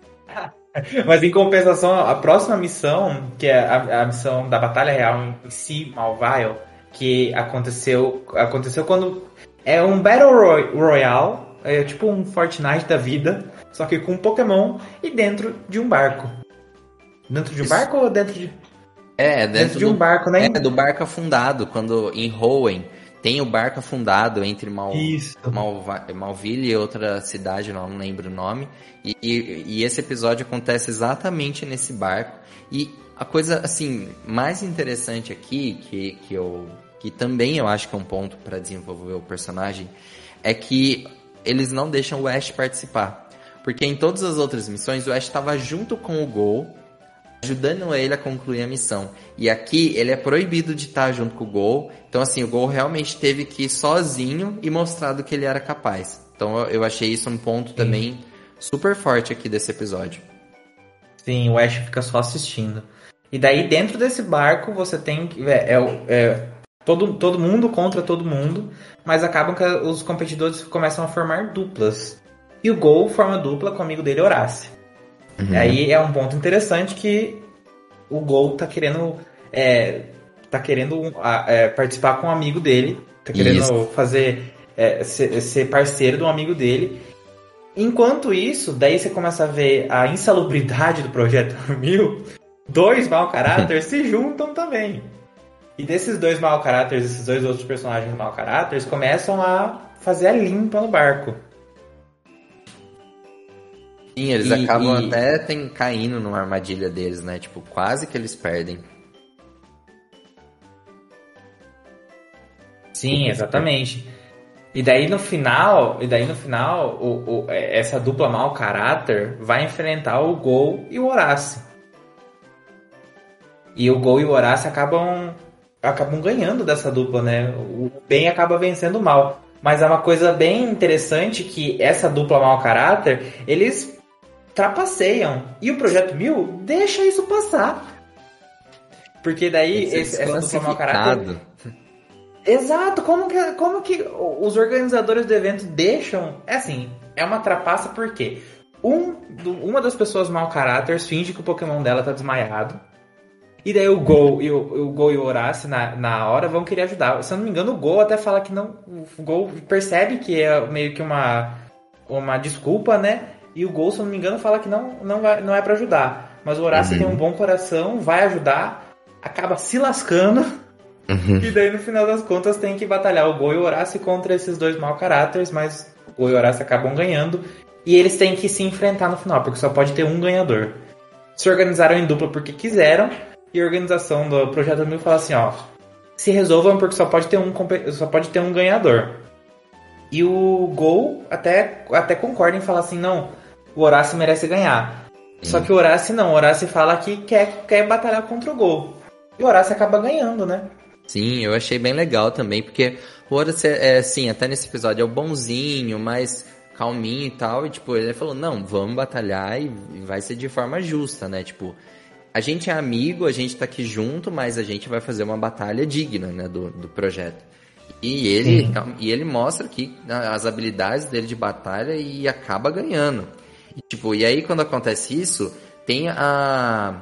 Mas em compensação, a próxima missão, que é a, a missão da Batalha Real em si, Malvile, que aconteceu, aconteceu quando é um Battle Roy- Royale, é tipo um Fortnite da vida, só que com Pokémon e dentro de um barco. Dentro de um Isso. barco ou dentro de, É, dentro, dentro de um do, barco, né? é, do barco afundado, quando em Hoenn tem o barco afundado entre Mal, Isso. Malva- Malville e outra cidade, não lembro o nome. E, e, e esse episódio acontece exatamente nesse barco. E a coisa, assim, mais interessante aqui, que, que, eu, que também eu acho que é um ponto para desenvolver o personagem, é que eles não deixam o Ash participar. Porque em todas as outras missões, o Ash estava junto com o Gol, ajudando ele a concluir a missão. E aqui ele é proibido de estar junto com o Gol. Então assim, o Gol realmente teve que ir sozinho e mostrar do que ele era capaz. Então eu, eu achei isso um ponto também super forte aqui desse episódio. Sim, o Ash fica só assistindo. E daí dentro desse barco você tem que. É, é, é todo, todo mundo contra todo mundo, mas acabam que os competidores começam a formar duplas. E o Gol forma dupla com o amigo dele, Horácio. Uhum. Aí é um ponto interessante que o Gol tá querendo. É, tá querendo a- é, participar com um amigo dele. Tá querendo Isso. fazer. é, ser, ser parceiro de um amigo dele. Enquanto isso, daí você começa a ver a insalubridade do Projeto Mil. Dois mau caráteres se juntam também. E desses dois mau caráteres, esses dois outros personagens mau caráteres, começam a fazer a limpa no barco. Sim, eles E- acabam e- até tem, caindo numa armadilha deles, né? Tipo, quase que eles perdem. Sim, exatamente. E daí no final, e daí no final, o, o, essa dupla mau caráter vai enfrentar o Gol e o Horácio. E o Gol e o Horácio acabam, acabam ganhando dessa dupla, né? O bem acaba vencendo o mal. Mas é uma coisa bem interessante que essa dupla mau caráter, eles trapaceiam. E o Projeto Mil deixa isso passar. Porque daí esse, essa dupla mau caráter... Exato, como que, como que os organizadores do evento deixam... É assim, é uma trapaça porque um, do, uma das pessoas mau caráter finge que o Pokémon dela tá desmaiado. E daí o Gol e o, o, Gol e o Horácio na, na hora vão querer ajudar. Se eu não me engano, o Gol até fala que não... O Gol percebe que é meio que uma, uma desculpa, né? E o Gol, se eu não me engano, fala que não, não, vai, não é pra ajudar. Mas o Horácio uhum. tem um bom coração, vai ajudar, acaba se lascando... Uhum. E daí, no final das contas, tem que batalhar o Gol e o Horácio contra esses dois mau caráteres, mas o Gol e o Horácio acabam ganhando. E eles têm que se enfrentar no final, porque só pode ter um ganhador. Se organizaram em dupla porque quiseram, e a organização do Projeto Mil fala assim, ó, se resolvam porque só pode ter um, só pode ter um ganhador. E o Gol até, até concorda em falar assim, não, o Horácio merece ganhar. Uhum. Só que o Horácio não, o Horácio fala que quer, quer batalhar contra o Gol. E o Horácio acaba ganhando, né? Sim, eu achei bem legal também, porque o Horácio, é, assim, até nesse episódio é o bonzinho, mais calminho e tal, e tipo, ele falou, não, vamos batalhar e vai ser de forma justa, né, tipo, a gente é amigo, a gente tá aqui junto, mas a gente vai fazer uma batalha digna, né, do, do projeto. E ele, e ele mostra aqui as habilidades dele de batalha e acaba ganhando. E, tipo, e aí quando acontece isso, tem a...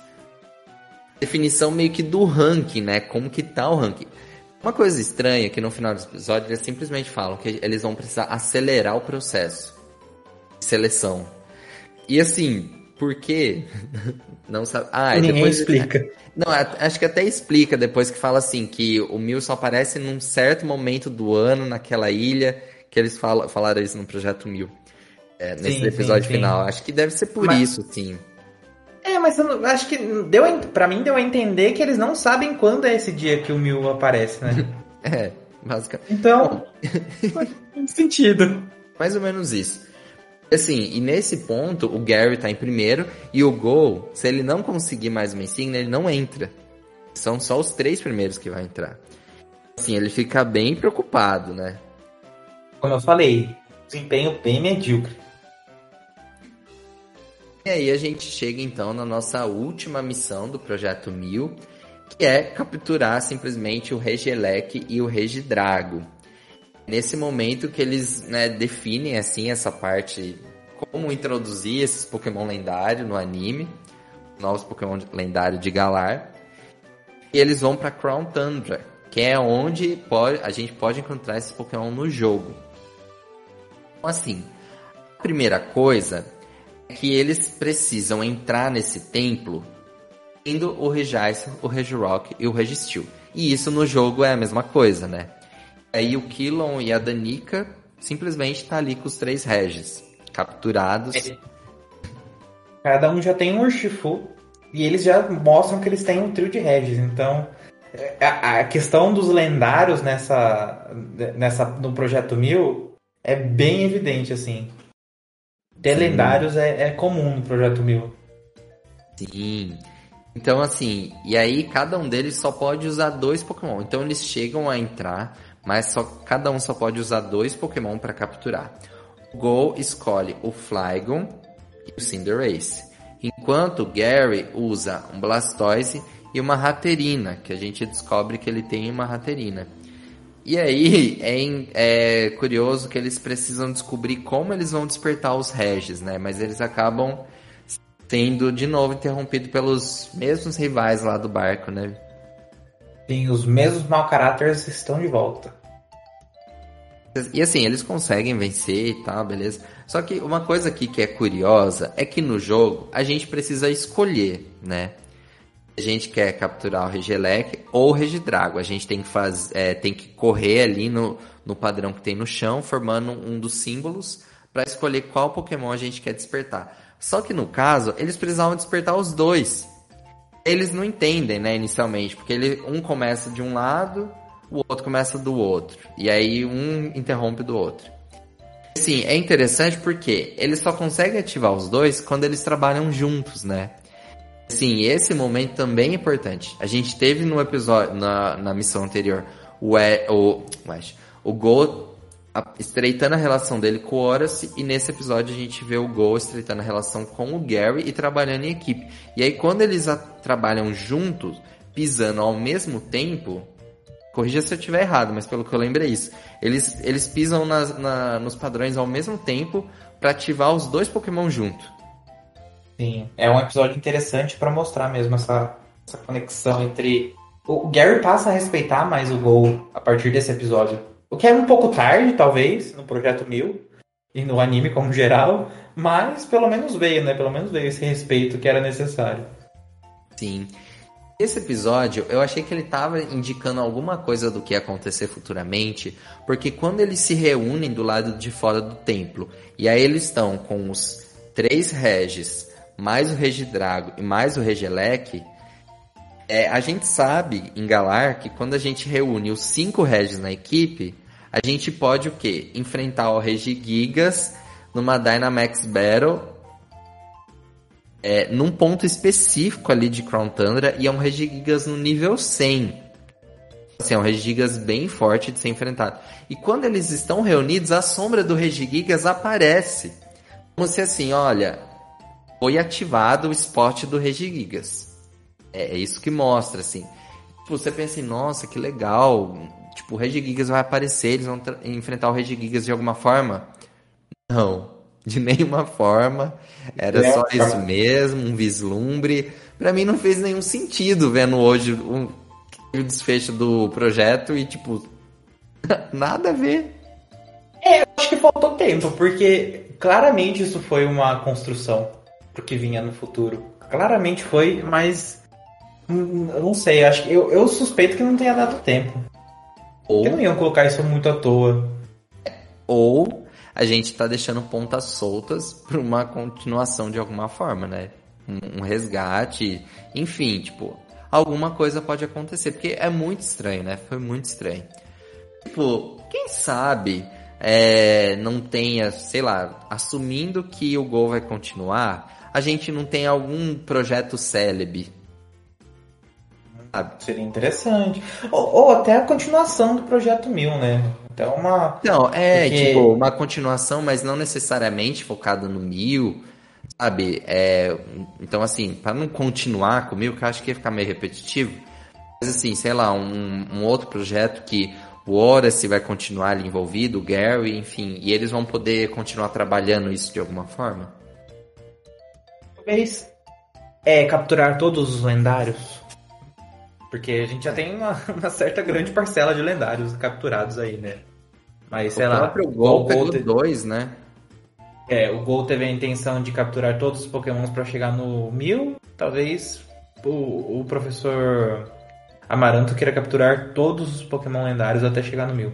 definição meio que do ranking, né? Como que tá o ranking. Uma coisa estranha é que no final do episódio eles simplesmente falam que eles vão precisar acelerar o processo de seleção. E assim, por quê? Não sabe. Ah, Ninguém depois explica. Não, acho que até explica depois que fala assim que o Mil só aparece num certo momento do ano naquela ilha, que eles falam, falaram isso no Projeto Mil. É, nesse sim, episódio sim, final. Sim. Acho que deve ser por Mas... isso, sim. É, mas eu não, acho que deu a, pra mim deu a entender que eles não sabem quando é esse dia que o Mil aparece, né? É, basicamente. Então, faz sentido. Mais ou menos isso. Assim, e nesse ponto, o Gary tá em primeiro, e o Gol, se ele não conseguir mais uma insígnia, ele não entra. São só os três primeiros que vão entrar. Assim, ele fica bem preocupado, né? Como eu falei, desempenho bem medíocre. E aí a gente chega então na nossa última missão do Projeto Mil, que é capturar simplesmente o Regieleki e o Regidrago. Nesse momento que eles, né, definem assim essa parte, como introduzir esses Pokémon lendários no anime, novos Pokémon lendários de Galar, e eles vão para Crown Tundra, que é onde pode, a gente pode encontrar esses Pokémon no jogo. Então assim, a primeira coisa que eles precisam entrar nesse templo tendo o Regice, o Regirock e o Registeel. E isso no jogo é a mesma coisa, né? Aí o Killon e a Danica simplesmente tá ali com os três Regis capturados. É. Cada um já tem um Urshifu e eles já mostram que eles têm um trio de Regis. Então, a, a questão dos lendários nessa, nessa, no Projeto Mil é bem evidente, assim. Ter Sim. lendários é, é comum no Projeto Mil. Sim. Então, assim, e aí cada um deles só pode usar dois Pokémon. Então eles chegam a entrar, mas só, cada um só pode usar dois Pokémon para capturar. O Gol escolhe o Flygon e o Cinderace. Enquanto o Gary usa um Blastoise e uma Hatterina, que a gente descobre que ele tem uma Hatterina. E aí é, é curioso que eles precisam descobrir como eles vão despertar os Regis, né? Mas eles acabam sendo de novo interrompidos pelos mesmos rivais lá do barco, né? Sim, os mesmos mau caráteres estão de volta. E assim, eles conseguem vencer e tal, beleza? Só que uma coisa aqui que é curiosa é que no jogo a gente precisa escolher, né? A gente quer capturar o Regieleki ou o Regidrago. A gente tem que, faz, é, tem que correr ali no, no padrão que tem no chão, formando um dos símbolos para escolher qual Pokémon a gente quer despertar. Só que no caso, eles precisavam despertar os dois. Eles não entendem, né, inicialmente, porque ele, um começa de um lado, o outro começa do outro. E aí um interrompe do outro. Sim, é interessante porque eles só conseguem ativar os dois quando eles trabalham juntos, né? Sim, esse momento também é importante. A gente teve no episódio, na, na missão anterior, o, e, o, o Go estreitando a relação dele com o Horace, e nesse episódio a gente vê o Go estreitando a relação com o Gary e trabalhando em equipe. E aí quando eles a, trabalham juntos, pisando ao mesmo tempo, corrija se eu estiver errado, mas pelo que eu lembro é isso, eles, eles pisam na, na, nos padrões ao mesmo tempo para ativar os dois Pokémon junto. Sim, é um episódio interessante para mostrar mesmo essa, essa conexão entre... O Gary passa a respeitar mais o Go a partir desse episódio. O que é um pouco tarde, talvez, no Projeto Mil e no anime como geral, mas pelo menos veio, né? Pelo menos veio esse respeito que era necessário. Sim. Esse episódio, eu achei que ele estava indicando alguma coisa do que ia acontecer futuramente, porque quando eles se reúnem do lado de fora do templo, e aí eles estão com os três Regis, mais o Regidrago e mais o Regieleki, é, a gente sabe em Galar que quando a gente reúne os cinco Regis na equipe, a gente pode o quê? Enfrentar o Regigigas numa Dynamax Battle, é, num ponto específico ali de Crown Tundra, e é um Regigigas no nível cem. Assim, é um Regigigas bem forte de ser enfrentado. E quando eles estão reunidos, a sombra do Regigigas aparece. Como se assim, olha, foi ativado o spot do Regigigas. É, é isso que mostra, assim. Você pensa assim, nossa, que legal. Tipo, o Regigigas vai aparecer, eles vão tra- enfrentar o Regigigas de alguma forma? Não, de nenhuma forma. Era só isso mesmo, um vislumbre. Pra mim não fez nenhum sentido vendo hoje o, o desfecho do projeto e, tipo, nada a ver. É, eu acho que faltou tempo, porque claramente isso foi uma construção pro que vinha no futuro. Claramente foi, mas hum, eu não sei, acho que eu, eu suspeito que não tenha dado tempo. Ou, Porque não iam colocar isso muito à toa. ou a gente tá deixando pontas soltas pra uma continuação de alguma forma, né? Um, um resgate, enfim, tipo, alguma coisa pode acontecer, porque é muito estranho, né? Foi muito estranho. Tipo, quem sabe é, não tenha, sei lá, assumindo que o Go vai continuar, a gente não tem algum projeto célebre. Sabe? Seria interessante. Ou, ou até a continuação do Projeto Mil, né? Até uma... Não, é, Porque- tipo, uma continuação, mas não necessariamente focado no Mil, sabe? É, então, assim, para não continuar com o Mil, que eu acho que ia ficar meio repetitivo, mas assim, sei lá, um, um outro projeto que o Horace vai continuar ali envolvido, o Gary, enfim, e eles vão poder continuar trabalhando isso de alguma forma? Talvez é capturar todos os lendários. Porque a gente já tem uma, uma certa grande parcela de lendários capturados aí, né? Mas, sei o lá, próprio igual Gol o pegou Gol, te- dois, né? é, o Gol teve a intenção de capturar todos os Pokémons pra chegar no mil. Talvez o, o professor Amaranto queira capturar todos os Pokémon lendários até chegar no mil.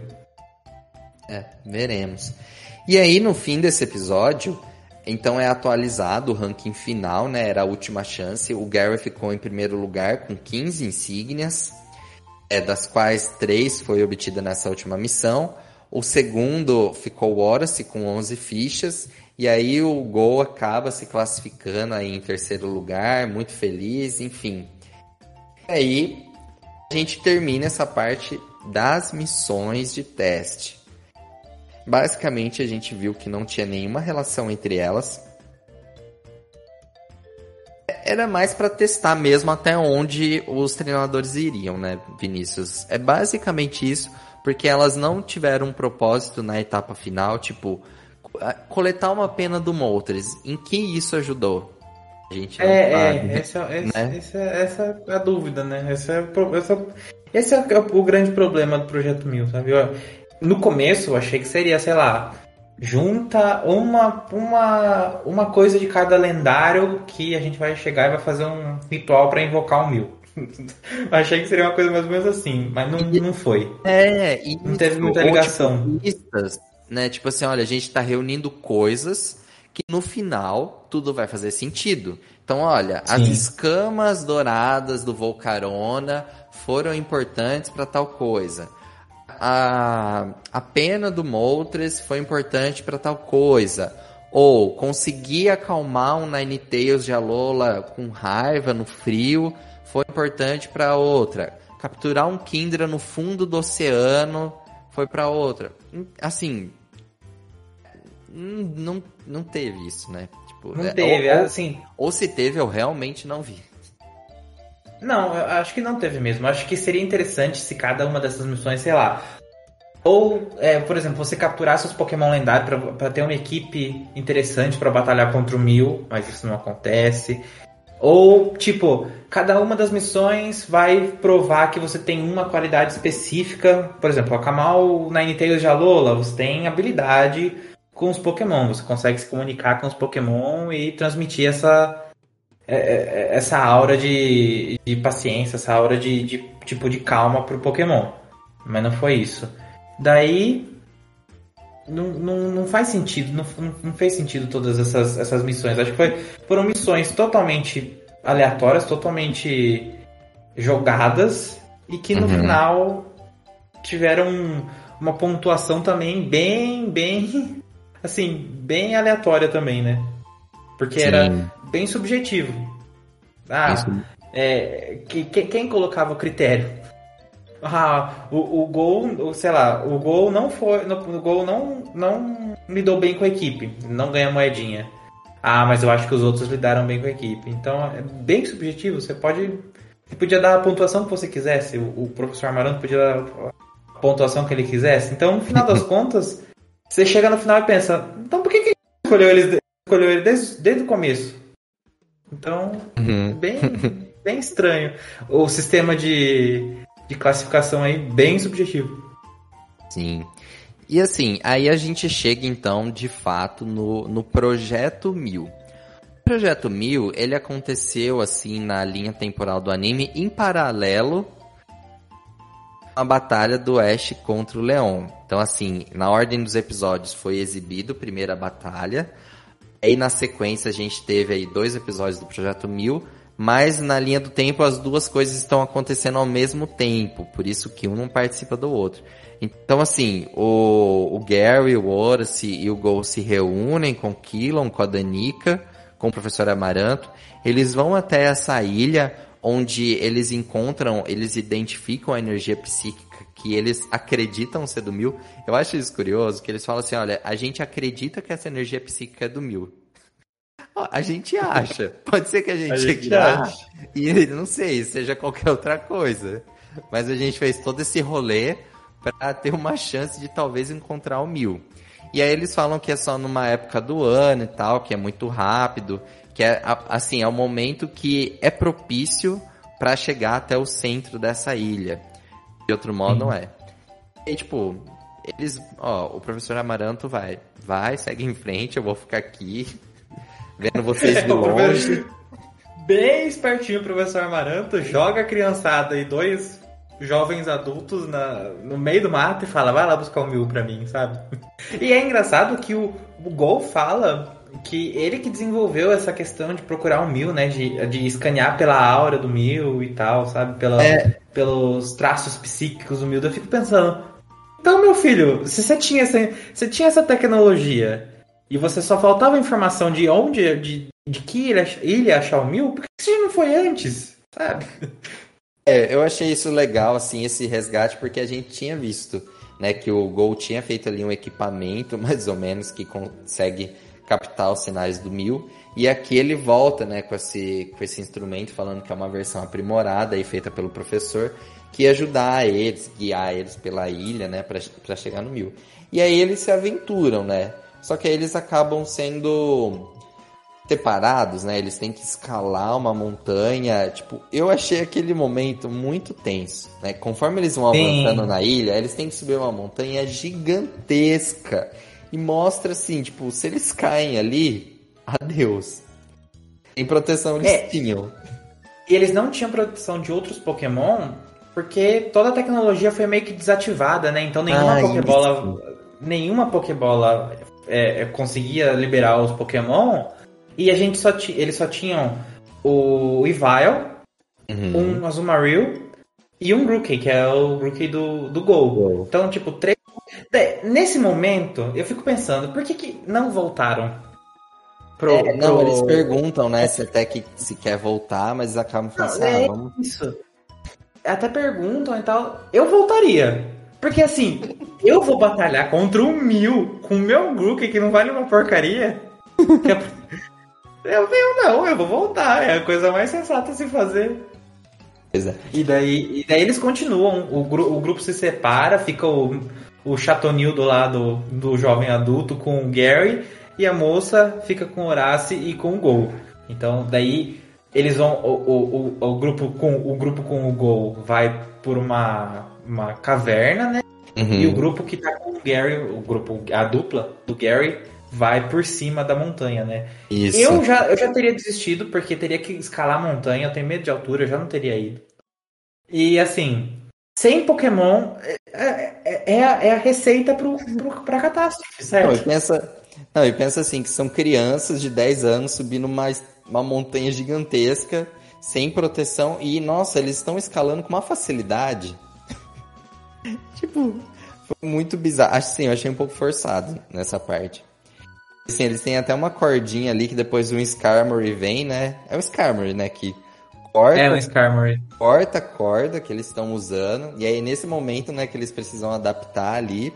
É, veremos. E aí, no fim desse episódio, então é atualizado o ranking final, né? Era a última chance. O Gary ficou em primeiro lugar com quinze insígnias, é, das quais três foi obtida nessa última missão. O segundo ficou o Horace com onze fichas. E aí o Go acaba se classificando aí em terceiro lugar, muito feliz, enfim. E aí a gente termina essa parte das missões de teste. Basicamente a gente viu que não tinha nenhuma relação entre elas. Era mais para testar mesmo até onde os treinadores iriam, né, Vinícius? É basicamente isso, porque elas não tiveram um propósito na etapa final, tipo, coletar uma pena do Moltres. Em que isso ajudou? A gente não É, sabe, é, essa, essa, né? essa, essa é a dúvida, né? Essa é, o pro- essa, esse é o o grande problema do Projeto Mil, sabe? Ó, no começo eu achei que seria, sei lá, junta uma, uma, uma coisa de cada lendário que a gente vai chegar e vai fazer um ritual pra invocar o Mil. Achei que seria uma coisa mais ou menos assim, mas não, não foi. É, e Não teve muita ou, ligação. tipo, pistas, né? Tipo assim, olha, a gente tá reunindo coisas que no final tudo vai fazer sentido. Então, olha, as Sim. escamas douradas do Volcarona foram importantes para tal coisa. a, a pena do Moltres foi importante para tal coisa. Ou conseguir acalmar um Ninetales de Alola com raiva no frio foi importante para outra. Capturar um Kindra no fundo do oceano foi para outra. Assim, não, não teve isso, né? Tipo, não teve, ou, assim... Ou se teve, eu realmente não vi. Não, eu acho que não teve mesmo. Acho que seria interessante se cada uma dessas missões, sei lá... Ou, é, por exemplo, você capturar seus Pokémon lendários para ter uma equipe interessante para batalhar contra o Mew, mas isso não acontece. Ou, tipo, cada uma das missões vai provar que você tem uma qualidade específica. Por exemplo, acalmar o Ninetales de Alola, você tem habilidade com os Pokémon. Você consegue se comunicar com os Pokémon e transmitir essa, essa aura de, de paciência, essa aura de, de tipo de calma pro Pokémon. Mas não foi isso. Daí, não, não, não faz sentido, não, não fez sentido todas essas, essas missões. Acho que foi, foram missões totalmente aleatórias, totalmente jogadas, e que no uhum. final tiveram uma pontuação também bem, bem, assim, bem aleatória também, né? Porque Sim. era bem subjetivo. Ah, é, que, que, quem colocava o critério? Ah, o, o gol, sei lá, o gol não foi. No, o gol não, não lidou bem com a equipe, não ganha moedinha. Ah, mas eu acho que os outros lidaram bem com a equipe. Então é bem subjetivo. Você pode. Você podia dar a pontuação que você quisesse. O, o professor Amaranto podia dar a pontuação que ele quisesse. Então, no final das contas, você chega no final e pensa, então por que, que ele escolheu, eles, escolheu ele desde, desde o começo? Então, uhum. bem, bem estranho. O sistema de. de classificação aí bem subjetivo. Sim. E assim, aí a gente chega então, de fato, no, no Projeto Mil. O Projeto Mil, ele aconteceu assim na linha temporal do anime em paralelo à batalha do Ash contra o Leon. Então assim, na ordem dos episódios foi exibido primeiro a batalha, aí na sequência a gente teve aí dois episódios do Projeto Mil, mas na linha do tempo as duas coisas estão acontecendo ao mesmo tempo, por isso que um não participa do outro. Então assim, o, o Gary, o Horace e o Gol se reúnem com o Killon, com a Danica, com o professor Amaranto. Eles vão até essa ilha onde eles encontram, eles identificam a energia psíquica que eles acreditam ser do Mil. Eu acho isso curioso, que eles falam assim, olha, a gente acredita que essa energia psíquica é do Mil. A gente acha. Pode ser que a gente, a gente chegue lá e, não sei, seja qualquer outra coisa. Mas a gente fez todo esse rolê para ter uma chance de talvez encontrar o Mil. E aí eles falam que é só numa época do ano e tal, que é muito rápido, que é, assim, é o momento que é propício para chegar até o centro dessa ilha. De outro modo, Sim. não é. E, tipo, eles, ó, o professor Amaranto vai, vai, segue em frente, eu vou ficar aqui... vendo vocês de longe. Bem espertinho o professor Amaranto, joga a criançada e dois jovens adultos na, no meio do mato e fala, vai lá buscar o Mil pra mim, sabe? E é engraçado que o, o Gol fala que ele que desenvolveu essa questão de procurar o Mil, né? De, de escanear pela aura do Mil e tal, sabe? Pela, é. Pelos traços psíquicos do Mil. Eu fico pensando, então, meu filho, se você tinha essa, você tinha essa tecnologia... e você só faltava informação de onde, de, de que ilha, ilha achar o Mil, por que isso não foi antes, sabe? É, eu achei isso legal, assim, esse resgate, porque a gente tinha visto, né, que o Gol tinha feito ali um equipamento, mais ou menos, que consegue captar os sinais do Mil, e aqui ele volta, né, com esse, com esse instrumento, falando que é uma versão aprimorada e feita pelo professor, que ia ajudar eles, guiar eles pela ilha, né, pra, pra chegar no Mil. E aí eles se aventuram, né? Só que aí eles acabam sendo separados, né? Eles têm que escalar uma montanha. Tipo, eu achei aquele momento muito tenso, né? Conforme eles vão avançando Sim. na ilha, eles têm que subir uma montanha gigantesca. E mostra assim, tipo, se eles caem ali, adeus. Em proteção eles é. tinham. E eles não tinham proteção de outros Pokémon, porque toda a tecnologia foi meio que desativada, né? Então nenhuma ah, Pokébola... Isso. Nenhuma Pokébola... É, conseguia liberar os Pokémon e a gente só t- eles só tinham o Yveltal, uhum. um Azumarill e um Rookie, que é o Rookie do, do Gol. Gol. Então, tipo, três. Nesse momento, eu fico pensando, por que, que não voltaram pro. É, não, pro... eles perguntam, né, se até que se quer voltar, mas acabam falando Não, assim, ah, é vamos. isso. Até perguntam e tal. Eu voltaria. Porque assim, eu vou batalhar contra um mil com o meu Rookie que não vale uma porcaria. Que é... Eu, eu não, eu vou voltar. É a coisa mais sensata a se fazer. Pois é. E daí, e daí eles continuam. O, gru, o grupo se separa, fica o, o Chatonildo lá do, do jovem adulto com o Gary. E a moça fica com o Horace e com o Gol. Então daí eles vão. O, o, o, o, grupo, com, o grupo com o Gol vai por uma, uma caverna, né? Uhum. E o grupo que tá com o Gary, o grupo, a dupla do Gary, vai por cima da montanha, né? Isso. Eu já, eu já teria desistido, porque teria que escalar a montanha, eu tenho medo de altura, eu já não teria ido. E assim, sem Pokémon é, é, é, a, é a receita pro, pro, pra catástrofe, certo? Não, e pensa, não, e pensa assim, que são crianças de dez anos subindo uma, uma montanha gigantesca, sem proteção, e nossa, eles estão escalando com uma facilidade. Tipo, foi muito bizarro. Acho sim, eu achei um pouco forçado nessa parte. Assim, eles têm até uma cordinha ali que depois o Skarmory vem, né? É o Skarmory, né? Que corta, É um Skarmory. corta a corda que eles estão usando. E aí, nesse momento, né, que eles precisam adaptar ali.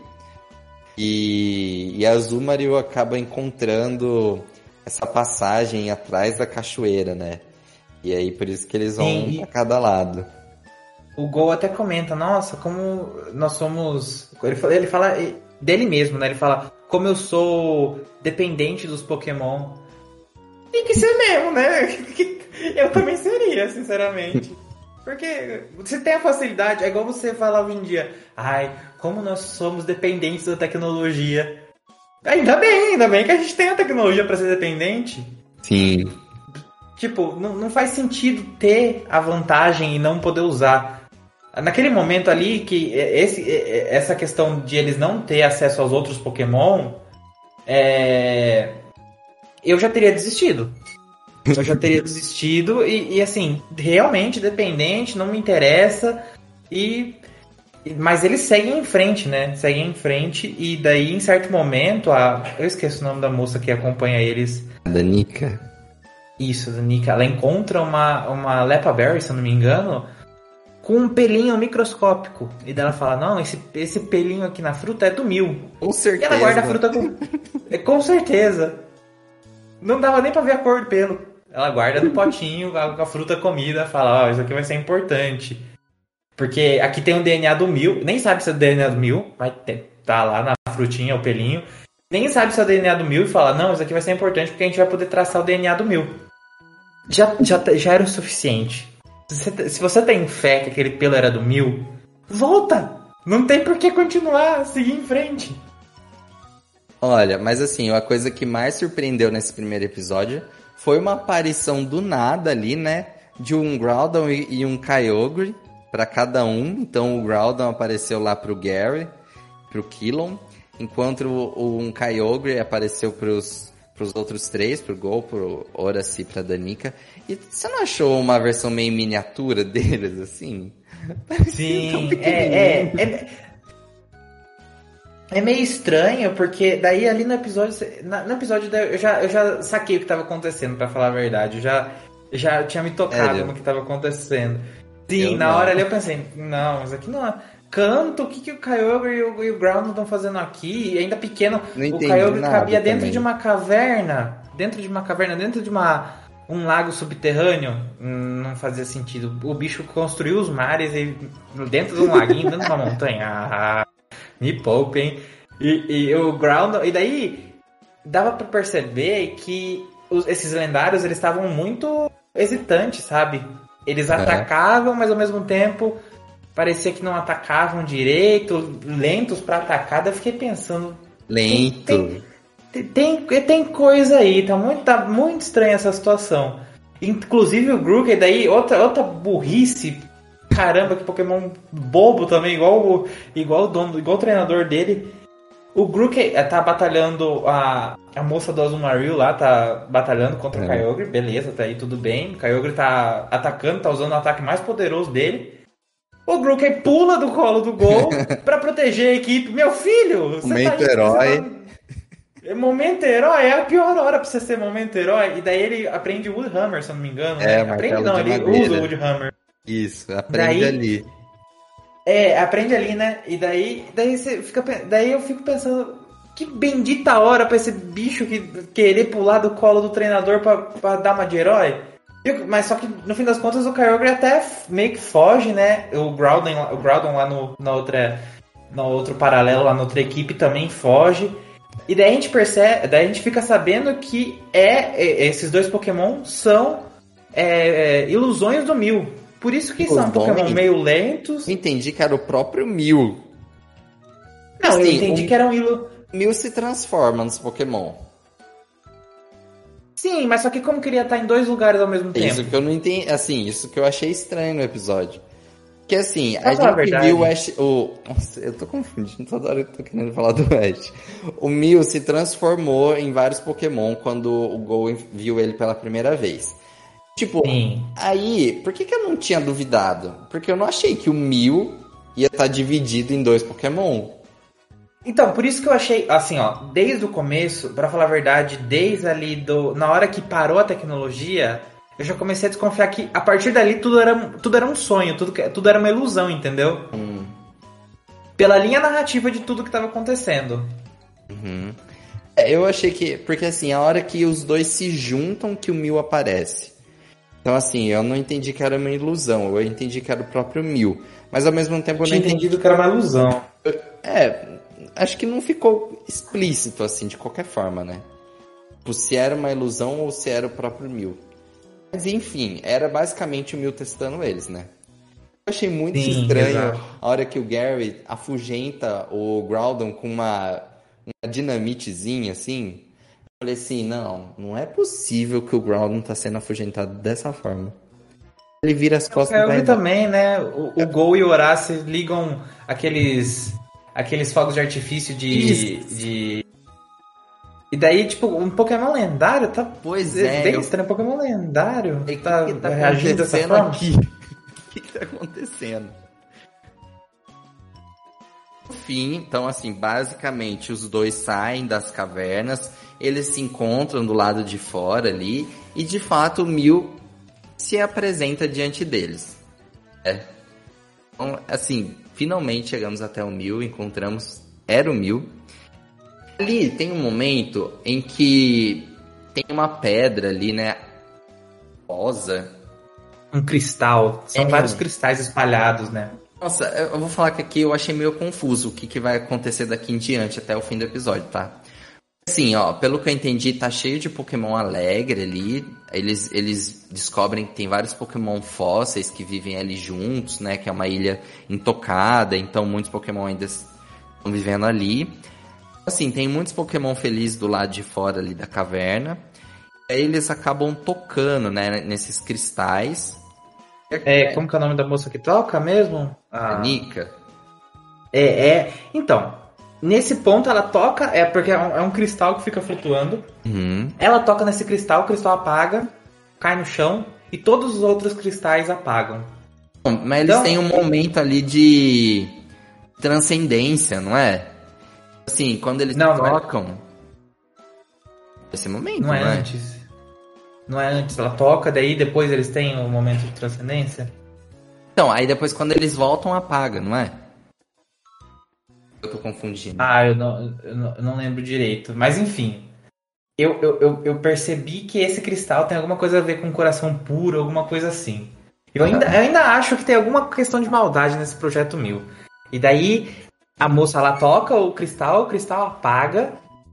E, e a Azumarill acaba encontrando essa passagem atrás da cachoeira, né? E aí, por isso que eles vão Sim, pra cada lado. O Gol até comenta, nossa, como nós somos... Ele fala, ele fala dele mesmo, né? Ele fala, como eu sou dependente dos Pokémon. Tem que ser mesmo, né? Eu também seria, sinceramente. Porque você tem a facilidade, é igual você falar hoje em dia, ai, como nós somos dependentes da tecnologia. Ainda bem, ainda bem que a gente tem a tecnologia para ser dependente. Sim. Tipo, não, não faz sentido ter a vantagem e não poder usar. Naquele momento ali, que esse, essa questão de eles não ter acesso aos outros Pokémon, é... eu já teria desistido. Eu já teria desistido e, e, assim, realmente dependente, não me interessa. E... Mas eles seguem em frente, né? Seguem em frente e daí, em certo momento, a... eu esqueço o nome da moça que acompanha eles. Danica. Isso, Danica. Ela encontra uma, uma Lepa Berry, se eu não me engano, com um pelinho microscópico. E daí ela fala, não, esse, esse pelinho aqui na fruta é do Mil. Com certeza. E ela guarda a fruta com... com certeza. Não dava nem pra ver a cor do pelo. Ela guarda no potinho a, a fruta comida, fala, ó, oh, isso aqui vai ser importante. Porque aqui tem o D N A do Mil. Nem sabe se é o D N A do Mil, mas tá lá na frutinha o pelinho. Nem sabe se é o D N A do Mil e fala, não, isso aqui vai ser importante porque a gente vai poder traçar o D N A do Mil. Já, já, já era o suficiente. Se você, se você tem fé que aquele pelo era do Mil, volta! Não tem por que continuar, seguir em frente. Olha, mas assim, a coisa que mais surpreendeu nesse primeiro episódio foi uma aparição do nada ali, né? De um Groudon e, e um Kyogre pra cada um. Então o Groudon apareceu lá pro Gary, pro Killon, enquanto o, um Kyogre apareceu pros, pros outros três, pro Gol, pro Horace e pra Danica. E você não achou uma versão meio miniatura deles, assim? Sim, é, é, é, é meio estranho, porque daí ali no episódio, no episódio eu já, eu já saquei o que estava acontecendo, pra falar a verdade, eu já, já tinha me tocado é, no que estava acontecendo. Sim, na não. hora ali eu pensei, não, isso aqui não é... Canto, o que, que o Kyogre e o, e o Groudon estão fazendo aqui? E ainda pequeno, não o Kyogre cabia dentro também. de uma caverna, dentro de uma caverna, dentro de uma... um lago subterrâneo, não fazia sentido. O bicho construiu os mares e dentro de um laguinho, dentro de uma montanha. Ah, me poupe, hein? E, e o Groudon... E daí, dava pra perceber que os, esses lendários, eles estavam muito hesitantes, sabe? Eles é. atacavam, mas ao mesmo tempo parecia que não atacavam direito, lentos pra atacar. Daí eu fiquei pensando... Lento... Tem, tem, Tem, tem coisa aí, tá muito, tá muito estranha essa situação. Inclusive o Grookey, daí, outra, outra burrice, caramba, que Pokémon bobo também, igual o, igual o dono, igual o treinador dele. O Grookey tá batalhando, a, a moça do Azumarill lá tá batalhando contra é. o Kyogre, beleza, tá aí tudo bem. O Kyogre tá atacando, tá usando o ataque mais poderoso dele. O Grook aí pula do colo do Gol pra proteger a equipe. Meu filho, você Momento tá aí, herói. você tá... É momento herói, é a pior hora pra você ser momento herói. E daí ele aprende o Woodhammer, se eu não me engano, É, né? Aprende martelo não, de ele madeira. usa o Woodhammer. Isso, aprende Daí- ali. É, aprende ali, né? E daí, daí você fica, pe- daí eu fico pensando, que bendita hora pra esse bicho que querer pular do colo do treinador pra, pra dar uma de herói. E- Mas só que no fim das contas o Kyogre até f- meio que foge, né? O Groudon, lá- o Groudon lá no, na outra, no outro paralelo, lá na outra equipe também foge. E daí a gente percebe, daí a gente fica sabendo que é, é- esses dois Pokémon são é, é, ilusões do Mew. Por isso que são Ilusões? Pokémon meio lentos. Eu entendi que era o próprio Mew. Não, eu Assim, entendi o- que eram ilu... O Mew se transforma nos Pokémon. Sim, mas só que como queria estar em dois lugares ao mesmo É tempo? isso que eu não entendi. Assim, isso que eu achei estranho no episódio. Que assim, Pra a falar a gente verdade. viu o Ash. O... Nossa, eu tô confundindo toda hora que eu tô querendo falar do Ash. O Mew se transformou em vários Pokémon quando o Go viu ele pela primeira vez. Tipo, Sim. aí, por que, que eu não tinha duvidado? Porque eu não achei que o Mew ia estar dividido em dois Pokémon. Então, por isso que eu achei, assim, ó, desde o começo, pra falar a verdade, desde ali do. Na hora que parou a tecnologia, eu já comecei a desconfiar que a partir dali tudo era, tudo era um sonho, tudo, que- tudo era uma ilusão, entendeu? Hum. Pela linha narrativa de tudo que tava acontecendo. Uhum. É, eu achei que. Porque assim, a hora que os dois se juntam que o Mew aparece. Então assim, eu não entendi que era uma ilusão, eu entendi que era o próprio Mew. Mas ao mesmo tempo eu não Tinha entendi. entendido que era uma ilusão. É, acho que não ficou explícito assim, de qualquer forma, né? Tipo, se era uma ilusão ou se era o próprio Mew. Mas enfim, era basicamente o Mew testando eles, né? Eu achei muito Sim, estranho exato. a hora que o Gary afugenta o Groudon com uma, uma dinamitezinha assim. Eu falei assim, não, não é possível que o Groudon tá sendo afugentado dessa forma. Ele vira as costas e É, eu vai vi embora. também, né? O, o Gol e o Horácio ligam aqueles aqueles fogos de artifício de, Isso. de. E daí, tipo, um Pokémon lendário tá. Pois é, é, bem eu- estranho. Pokémon lendário E o tá, que, que tá reagindo dessa acontecendo forma. aqui? O que, que tá acontecendo? No fim, então assim, basicamente os dois saem das cavernas, eles se encontram do lado de fora ali, e de fato o Mew se apresenta diante deles. É. Então, assim, finalmente chegamos até o Mew, encontramos, era o Mew. Ali tem um momento em que tem uma pedra ali, né, rosa. Um cristal. São É. vários cristais espalhados, né? Nossa, eu vou falar que aqui eu achei meio confuso o que, que vai acontecer daqui em diante até o fim do episódio, tá? Assim, ó, pelo que eu entendi, tá cheio de Pokémon alegre ali. Eles, eles descobrem que tem vários Pokémon fósseis que vivem ali juntos, né? Que é uma ilha intocada, então muitos Pokémon ainda estão vivendo ali. Assim, tem muitos Pokémon felizes do lado de fora ali da caverna. Aí eles acabam tocando, né, nesses cristais. É, como que é o nome da moça que toca mesmo? A Ah, Nika. é, é. Então, nesse ponto ela toca, é porque é um, é um cristal que fica flutuando. Uhum. Ela toca nesse cristal, o cristal apaga, cai no chão e todos os outros cristais apagam. Bom, mas eles Então- têm um momento ali de transcendência, não é? Assim, quando eles Não, não é- tocam. Esse momento, Não é antes. Não é antes, ela toca, daí depois eles têm um momento de transcendência. Então, aí depois quando eles voltam, apaga, não é? Eu tô confundindo. Ah, eu não, eu não, eu não lembro direito. Mas enfim. Eu, eu, eu, eu percebi que esse cristal tem alguma coisa a ver com coração puro, alguma coisa assim. Eu ainda, eu ainda acho que tem alguma questão de maldade nesse projeto Mil. E daí a moça lá toca o cristal, o cristal apaga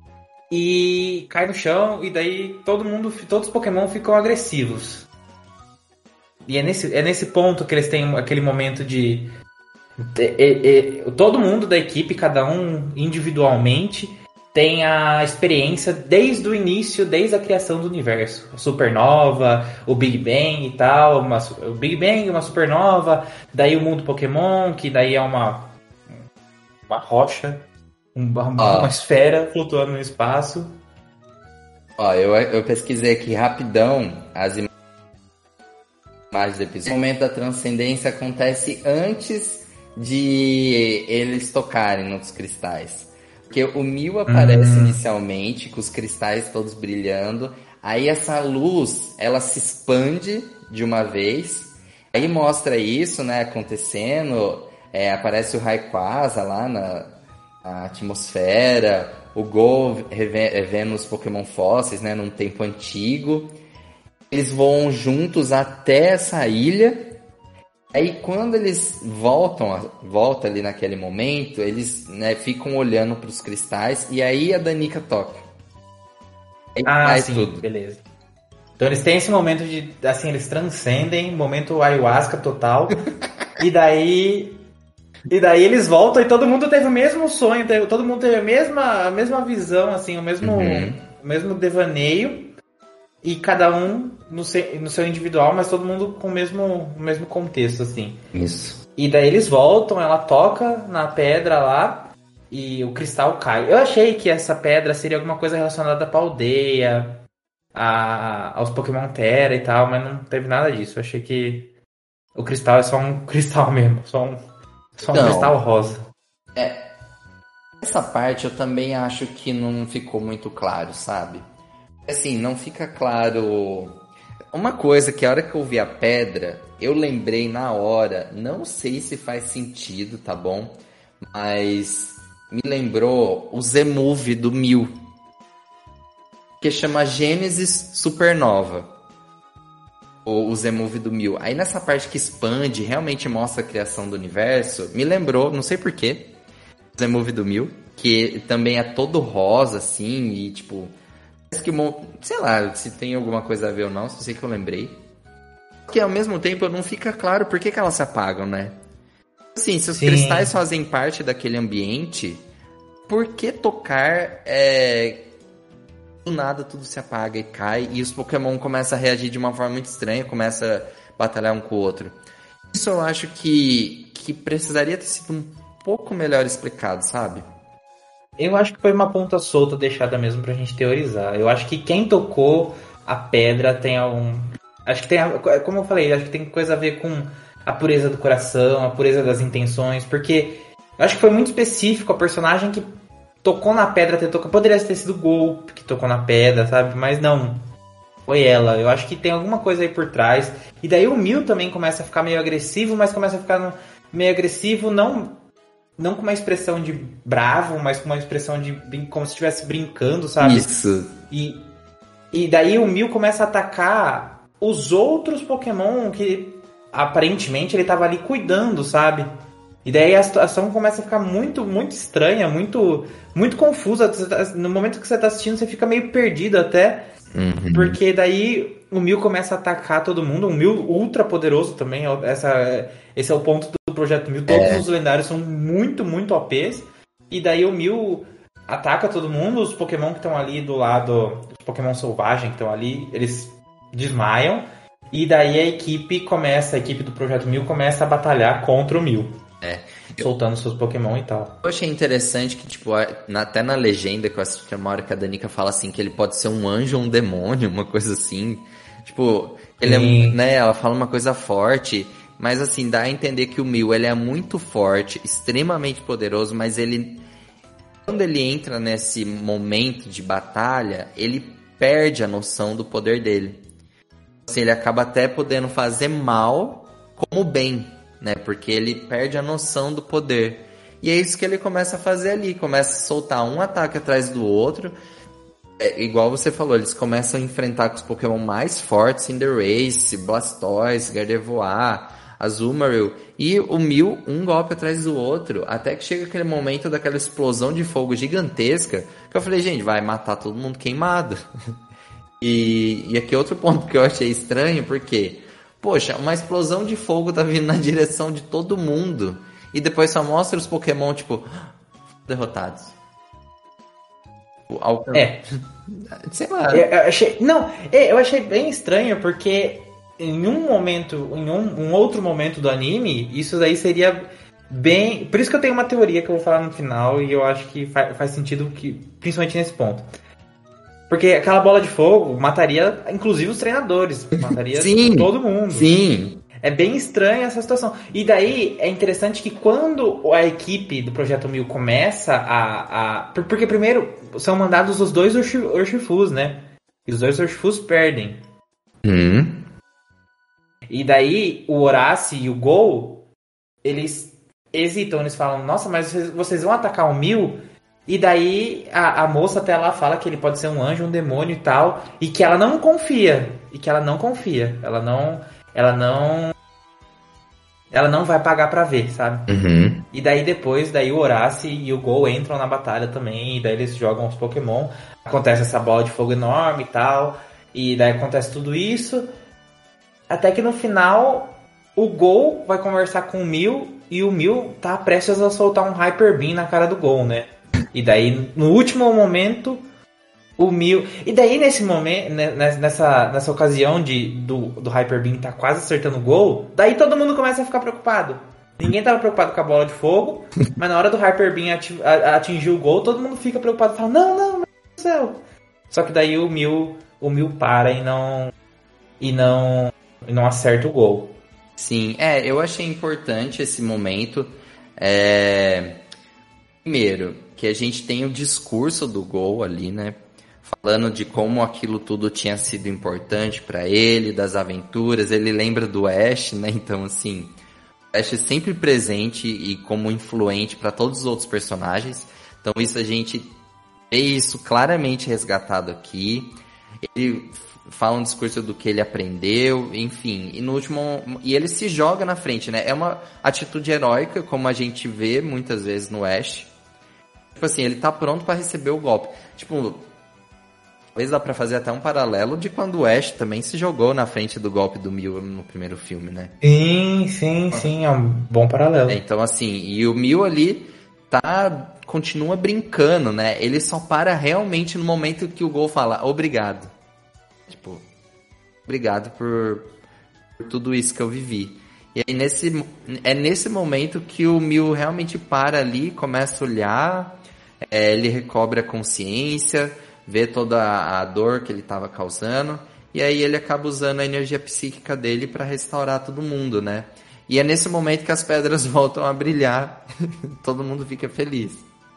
e cai no chão, e daí todo mundo, todos os Pokémon ficam agressivos. E é nesse, é nesse ponto que eles têm aquele momento de. é- é- é- todo mundo da equipe, cada um individualmente, tem a experiência desde o início, desde a criação do universo. A supernova, o Big Bang e tal, uma su- o Big Bang, uma supernova, daí o mundo Pokémon, que daí é uma, uma rocha, uma, Ah. uma esfera flutuando no espaço. Ó, eu, eu pesquisei aqui rapidão as imagens parte do episódio. O momento da transcendência acontece antes de eles tocarem nos cristais. Porque o Mil aparece hum. inicialmente, com os cristais todos brilhando. Aí essa luz, ela se expande de uma vez. Aí mostra isso, né, acontecendo. É, aparece o Rayquaza lá na, na atmosfera. O Go vendo os Pokémon fósseis, né, num tempo antigo. Eles voam juntos até essa ilha. Aí quando eles voltam, voltam ali naquele momento, eles, né, ficam olhando para os cristais e aí a Danica toca. Aí ah, faz sim, tudo. Beleza. Então eles têm esse momento de, assim, eles transcendem, momento ayahuasca total. e daí e daí eles voltam e todo mundo teve o mesmo sonho, teve, todo mundo teve a mesma, a mesma visão, assim, o mesmo, uhum. o mesmo devaneio. E cada um no seu, no seu individual, mas todo mundo com o mesmo, o mesmo contexto, assim. Isso. E daí eles voltam, ela toca na pedra lá e o cristal cai. Eu achei que essa pedra seria alguma coisa relacionada pra aldeia, a, aos Pokémon Terra e tal, mas não teve nada disso. Eu achei que o cristal é só um cristal mesmo, só um, só um então, cristal rosa. É, essa parte eu também acho que não ficou muito claro, sabe? Assim, não fica claro. Uma coisa que a hora que eu vi a pedra, eu lembrei na hora, não sei se faz sentido, tá bom? Mas me lembrou o Z-Move do Mil, que chama Gênesis Supernova. O, o Z-Move do Mil. Aí nessa parte que expande, realmente mostra a criação do universo, me lembrou, não sei porquê, o Z-Move do Mil, que também é todo rosa, assim, e tipo... que, sei lá, se tem alguma coisa a ver ou não, só sei que eu lembrei. Porque ao mesmo tempo não fica claro por que, que elas se apagam, né? Assim, se os Sim. cristais fazem parte daquele ambiente, por que tocar é... do nada tudo se apaga e cai e os Pokémon começam a reagir de uma forma muito estranha, começam a batalhar um com o outro. Isso eu acho que, que precisaria ter sido um pouco melhor explicado, sabe? Eu acho que foi uma ponta solta deixada mesmo pra gente teorizar. Eu acho que quem tocou a pedra tem algum... Acho que tem, como eu falei, acho que tem coisa a ver com a pureza do coração, a pureza das intenções, porque eu acho que foi muito específico a personagem que tocou na pedra, ter tocado. Poderia ter sido o Gol que tocou na pedra, sabe? Mas não, foi ela. Eu acho que tem alguma coisa aí por trás. E daí o Mil também começa a ficar meio agressivo, mas começa a ficar meio agressivo, não... Não com uma expressão de bravo, mas com uma expressão de como se estivesse brincando, sabe? Isso. E, e daí o Mil começa a atacar os outros Pokémon que aparentemente ele tava ali cuidando, sabe? E daí a situação começa a ficar muito, muito estranha, muito, muito confusa. No momento que você tá assistindo, você fica meio perdido até. Uhum. Porque daí o Mil começa a atacar todo mundo. Um Mil ultra poderoso também. Essa, esse é o ponto do Projeto Mil. Todos é. os lendários são muito, muito O Pês. E daí o Mil ataca todo mundo. Os Pokémon que estão ali do lado, os Pokémon selvagens que estão ali, eles desmaiam. E daí a equipe começa, a equipe do Projeto Mil começa a batalhar contra o Mil. É. Soltando seus Pokémon e tal. Eu achei interessante que, tipo, até na legenda que eu assisti, uma hora que a Danica fala assim, que ele pode ser um anjo ou um demônio, uma coisa assim. Tipo, ele Sim. é, né, ela fala uma coisa forte, mas assim, dá a entender que o Mil, ele é muito forte, extremamente poderoso, mas ele, quando ele entra nesse momento de batalha, ele perde a noção do poder dele. Assim, ele acaba até podendo fazer mal como bem, né? Porque ele perde a noção do poder. E é isso que ele começa a fazer ali. Começa a soltar um ataque atrás do outro. É, igual você falou, eles começam a enfrentar com os Pokémon mais fortes, Cinderace, Blastoise, Gardevoir, Azumarill. E o Mil, um golpe atrás do outro. Até que chega aquele momento daquela explosão de fogo gigantesca. Que eu falei, gente, vai matar todo mundo queimado. e, e aqui outro ponto que eu achei estranho, porque... Poxa, uma explosão de fogo tá vindo na direção de todo mundo. E depois só mostra os Pokémon, tipo, derrotados. É. Sei lá. Eu, eu achei, não, eu achei bem estranho, porque em um momento, em um, um outro momento do anime, isso daí seria bem... Por isso que eu tenho uma teoria que eu vou falar no final, e eu acho que faz, faz sentido, que, principalmente nesse ponto. Porque aquela bola de fogo mataria, inclusive, os treinadores. Mataria sim, todo mundo. Sim. É bem estranha essa situação. E daí é interessante que quando a equipe do Projeto Mil começa a... a porque primeiro são mandados os dois Urshifus, né? E os dois Urshifus perdem. Hum. E daí o Horace e o Gol, eles hesitam, eles falam, nossa, mas vocês vão atacar o Mil? E daí a, a moça até lá fala que ele pode ser um anjo, um demônio e tal, e que ela não confia. E que ela não confia. Ela não... Ela não... Ela não vai pagar pra ver, sabe? Uhum. E daí depois, daí o Horace e o Gol entram na batalha também, e daí eles jogam os Pokémon. Acontece essa bola de fogo enorme e tal, e daí acontece tudo isso. Até que no final, o Gol vai conversar com o Mil, e o Mil tá prestes a soltar um Hyper Beam na cara do Gol, né? E daí, no último momento, o Mil... E daí, nesse momento, nessa, nessa ocasião de, do, do Hyper Beam tá quase acertando o Gol, daí todo mundo começa a ficar preocupado. Ninguém tava preocupado com a bola de fogo, mas na hora do Hyper Beam ati- atingir o Gol, todo mundo fica preocupado e fala, não, não, meu Deus do céu. Só que daí o Mil, o Mil para e não, e não, e não acerta o Gol. Sim, é, eu achei importante esse momento. É... Primeiro, que a gente tem o discurso do Gol ali, né? Falando de como aquilo tudo tinha sido importante pra ele, das aventuras. Ele lembra do Ash, né? Então, assim, o Ash é sempre presente e como influente pra todos os outros personagens. Então, isso a gente vê isso claramente resgatado aqui. Ele fala um discurso do que ele aprendeu, enfim. E no último, e ele se joga na frente, né? É uma atitude heróica, como a gente vê muitas vezes no Ash. Tipo assim, ele tá pronto pra receber o golpe. Tipo, talvez dá pra fazer até um paralelo de quando o Ash também se jogou na frente do golpe do Mew no primeiro filme, né? Sim, sim, sim, é um bom paralelo. É, então assim, e o Mew ali tá, continua brincando, né? Ele só para realmente no momento que o Gol fala, obrigado. Tipo, obrigado por, por tudo isso que eu vivi. E aí nesse, é nesse momento que o Mew realmente para ali, começa a olhar, é, ele recobre a consciência, vê toda a, a dor que ele estava causando, e aí ele acaba usando a energia psíquica dele para restaurar todo mundo, né? E é nesse momento que as pedras voltam a brilhar, todo mundo fica feliz.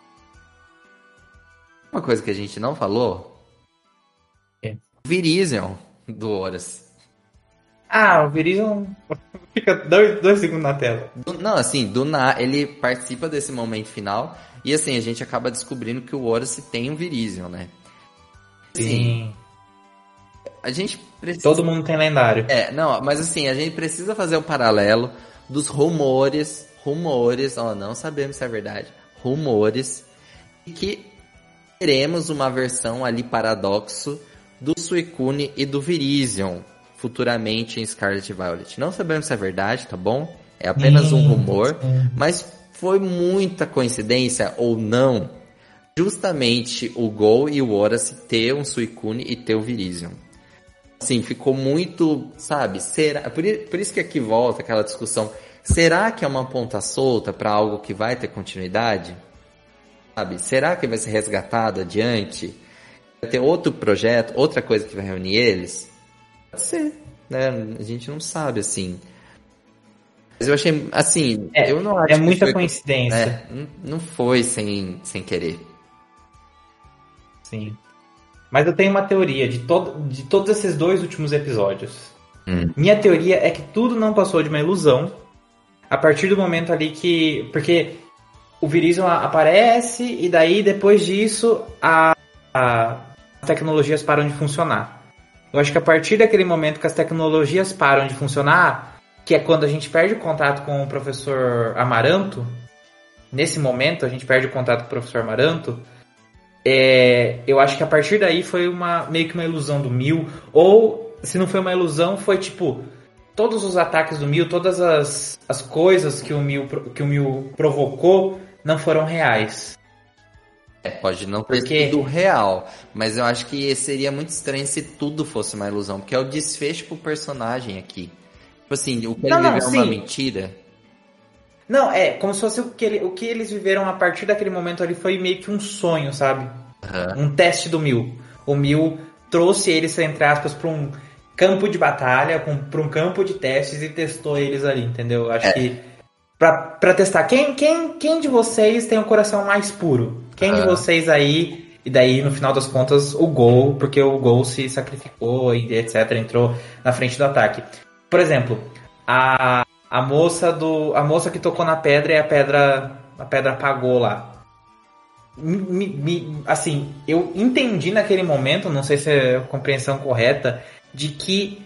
Uma coisa que a gente não falou, é. Virizion do Horus. Ah, o Virizion fica dois, dois segundos na tela. Do, não, assim, do na, ele participa desse momento final e assim, a gente acaba descobrindo que o Horus tem um Virizion, né? Assim, Sim. A gente precisa... Todo mundo tem lendário. É, não, mas assim, a gente precisa fazer um paralelo dos rumores, rumores, ó, não sabemos se é verdade, rumores, que teremos uma versão ali paradoxo do Suicune e do Virizion futuramente em Scarlet Violet. Não sabemos se é verdade, tá bom? É apenas um rumor, mas foi muita coincidência ou não, justamente o Gol e o Horace ter um Suicune e ter o Virizion. Assim, ficou muito, sabe, será, por, por isso que aqui volta aquela discussão, será que é uma ponta solta para algo que vai ter continuidade? Sabe, será que vai ser resgatado adiante? Vai ter outro projeto, outra coisa que vai reunir eles? Pode ser, né? A gente não sabe, assim. Mas eu achei, assim, é, eu não acho é muita que foi, coincidência. né, não, não foi sem, sem querer. Sim. Mas eu tenho uma teoria de, todo, de todos esses dois últimos episódios. Hum. Minha teoria é que tudo não passou de uma ilusão a partir do momento ali que... Porque o Virizion aparece e daí depois disso a, a, as tecnologias param de funcionar. Eu acho que a partir daquele momento que as tecnologias param de funcionar, que é quando a gente perde o contato com o professor Amaranto, nesse momento a gente perde o contato com o professor Amaranto, é, eu acho que a partir daí foi uma, meio que uma ilusão do Mew, ou se não foi uma ilusão, foi tipo, todos os ataques do Mew, todas as, as coisas que o, Mew, que o Mew provocou não foram reais. É, pode não ter porque... sido real, mas eu acho que seria muito estranho se tudo fosse uma ilusão, porque é o desfecho pro personagem aqui. Tipo assim, o que ele viveu é uma mentira. Não, é, como se fosse o que, ele, o que eles viveram a partir daquele momento ali foi meio que um sonho, sabe? Uhum. Um teste do Mew. o Mew trouxe eles, entre aspas, pra um campo de batalha, para um campo de testes e testou eles ali, entendeu? Acho é. que pra, pra testar, quem, quem, quem de vocês tem o coração mais puro? Quem uhum. de vocês aí... E daí, no final das contas, o Gol, porque o Gol se sacrificou e etcétera, entrou na frente do ataque. Por exemplo, a, a moça do a moça que tocou na pedra e a pedra a pedra apagou lá. Me, me, assim, eu entendi naquele momento, não sei se é a compreensão correta, de que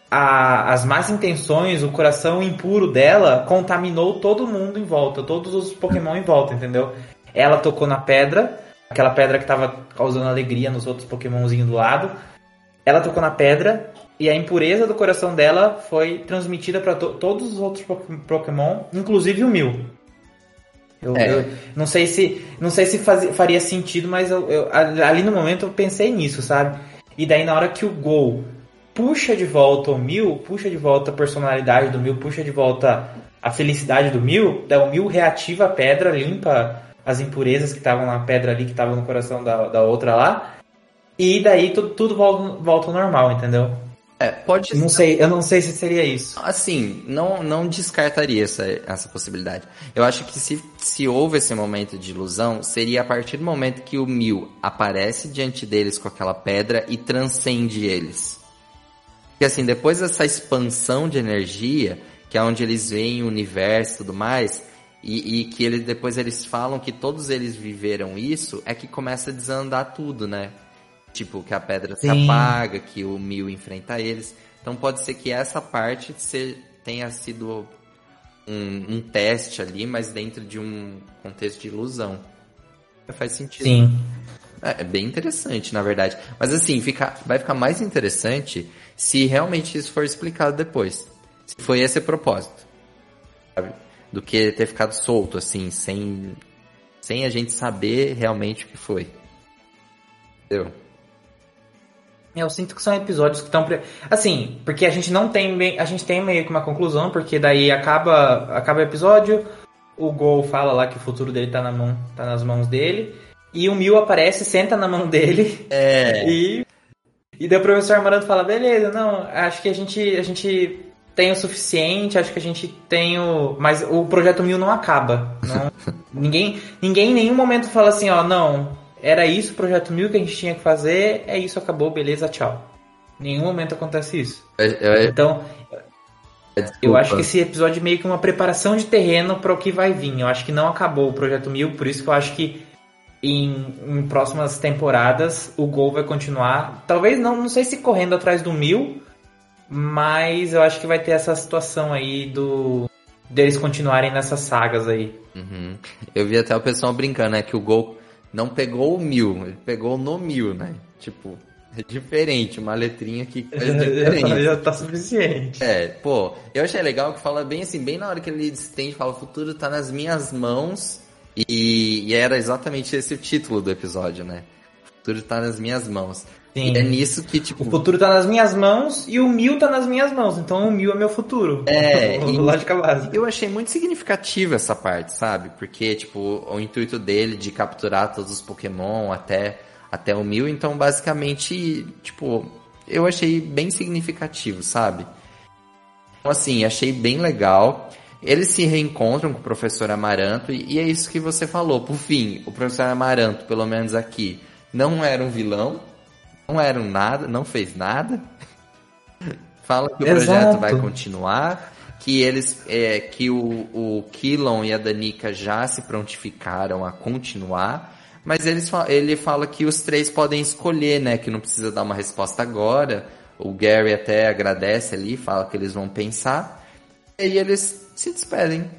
a, as más intenções, o coração impuro dela contaminou todo mundo em volta, todos os Pokémon em volta, entendeu? Ela tocou na pedra, aquela pedra que tava causando alegria nos outros Pokémonzinhos do lado. Ela tocou na pedra e a impureza do coração dela foi transmitida para to- todos os outros Pokémon, inclusive o Mew. Eu, é. eu não sei se, não sei se faz, faria sentido, mas eu, eu, ali no momento eu pensei nisso, sabe? E daí na hora que o Gol puxa de volta o Mew, puxa de volta a personalidade do Mew, puxa de volta a felicidade do Mew, daí o Mew reativa a pedra, limpa as impurezas que estavam na pedra ali, que estavam no coração da, da outra lá, e daí tudo, tudo volta, volta ao normal, entendeu? É, pode não sei, eu não sei se seria isso. Assim, não, não descartaria essa, essa possibilidade. Eu acho que se, se houve esse momento de ilusão, seria a partir do momento que o Mew aparece diante deles com aquela pedra e transcende eles. Porque assim, depois dessa expansão de energia, que é onde eles veem o universo e tudo mais, e, e que eles, depois eles falam que todos eles viveram isso, é que começa a desandar tudo, né? Tipo, que a pedra Sim. se apaga, que o Mew enfrenta eles. Então pode ser que essa parte se, tenha sido um, um teste ali, mas dentro de um contexto de ilusão. Faz sentido. Sim. É, é bem interessante, na verdade. Mas assim, fica, vai ficar mais interessante se realmente isso for explicado depois. Se foi esse o propósito. Sabe? Do que ter ficado solto, assim, sem, sem a gente saber realmente o que foi. Entendeu? Eu sinto que são episódios que estão... Assim, porque a gente não tem bem... A gente tem meio que uma conclusão, porque daí acaba, acaba o episódio, o Gol fala lá que o futuro dele tá, na mão, tá nas mãos dele, e o Mew aparece, senta na mão dele, é. e... E daí o professor Amaranto fala, beleza, não, acho que a gente... A gente tem o suficiente, acho que a gente tem o... Mas o Projeto Mew não acaba. Não, ninguém, ninguém em nenhum momento fala assim, ó, não, era isso o Projeto Mew que a gente tinha que fazer, é isso, acabou, beleza, tchau. Em nenhum momento acontece isso. É, é, então, desculpa. Eu acho que esse episódio é meio que uma preparação de terreno para o que vai vir. Eu acho que não acabou o Projeto Mew, por isso que eu acho que em, em próximas temporadas o Gol vai continuar, talvez não, não sei se correndo atrás do Mew, mas eu acho que vai ter essa situação aí do deles continuarem nessas sagas aí. Uhum. Eu vi até o pessoal brincando, né? Que o Gol não pegou o Mew, ele pegou no Mew, né? Tipo, é diferente, uma letrinha que faz diferente. Já tá suficiente. É, pô, eu achei legal que fala bem assim, bem na hora que ele estende, fala, o futuro tá nas minhas mãos, e, e era exatamente esse o título do episódio, né? O futuro tá nas minhas mãos. Sim. E é nisso que, tipo... O futuro tá nas minhas mãos e o Mew tá nas minhas mãos. Então o Mew é meu futuro. É, e lógica básica. Eu achei muito significativa essa parte, sabe? Porque, tipo, o intuito dele de capturar todos os Pokémon até, até o Mew. Então, basicamente, tipo, eu achei bem significativo, sabe? Então, assim, achei bem legal. Eles se reencontram com o professor Amaranto. E, e é isso que você falou. Por fim, o professor Amaranto, pelo menos aqui, não era um vilão. Não era um nada, não fez nada. Fala que o Exato. projeto vai continuar, que eles, é, que o, o Killon e a Danica já se prontificaram a continuar, mas eles, ele fala que os três podem escolher, né, que não precisa dar uma resposta agora. O Gary até agradece ali, fala que eles vão pensar, e aí eles se despedem.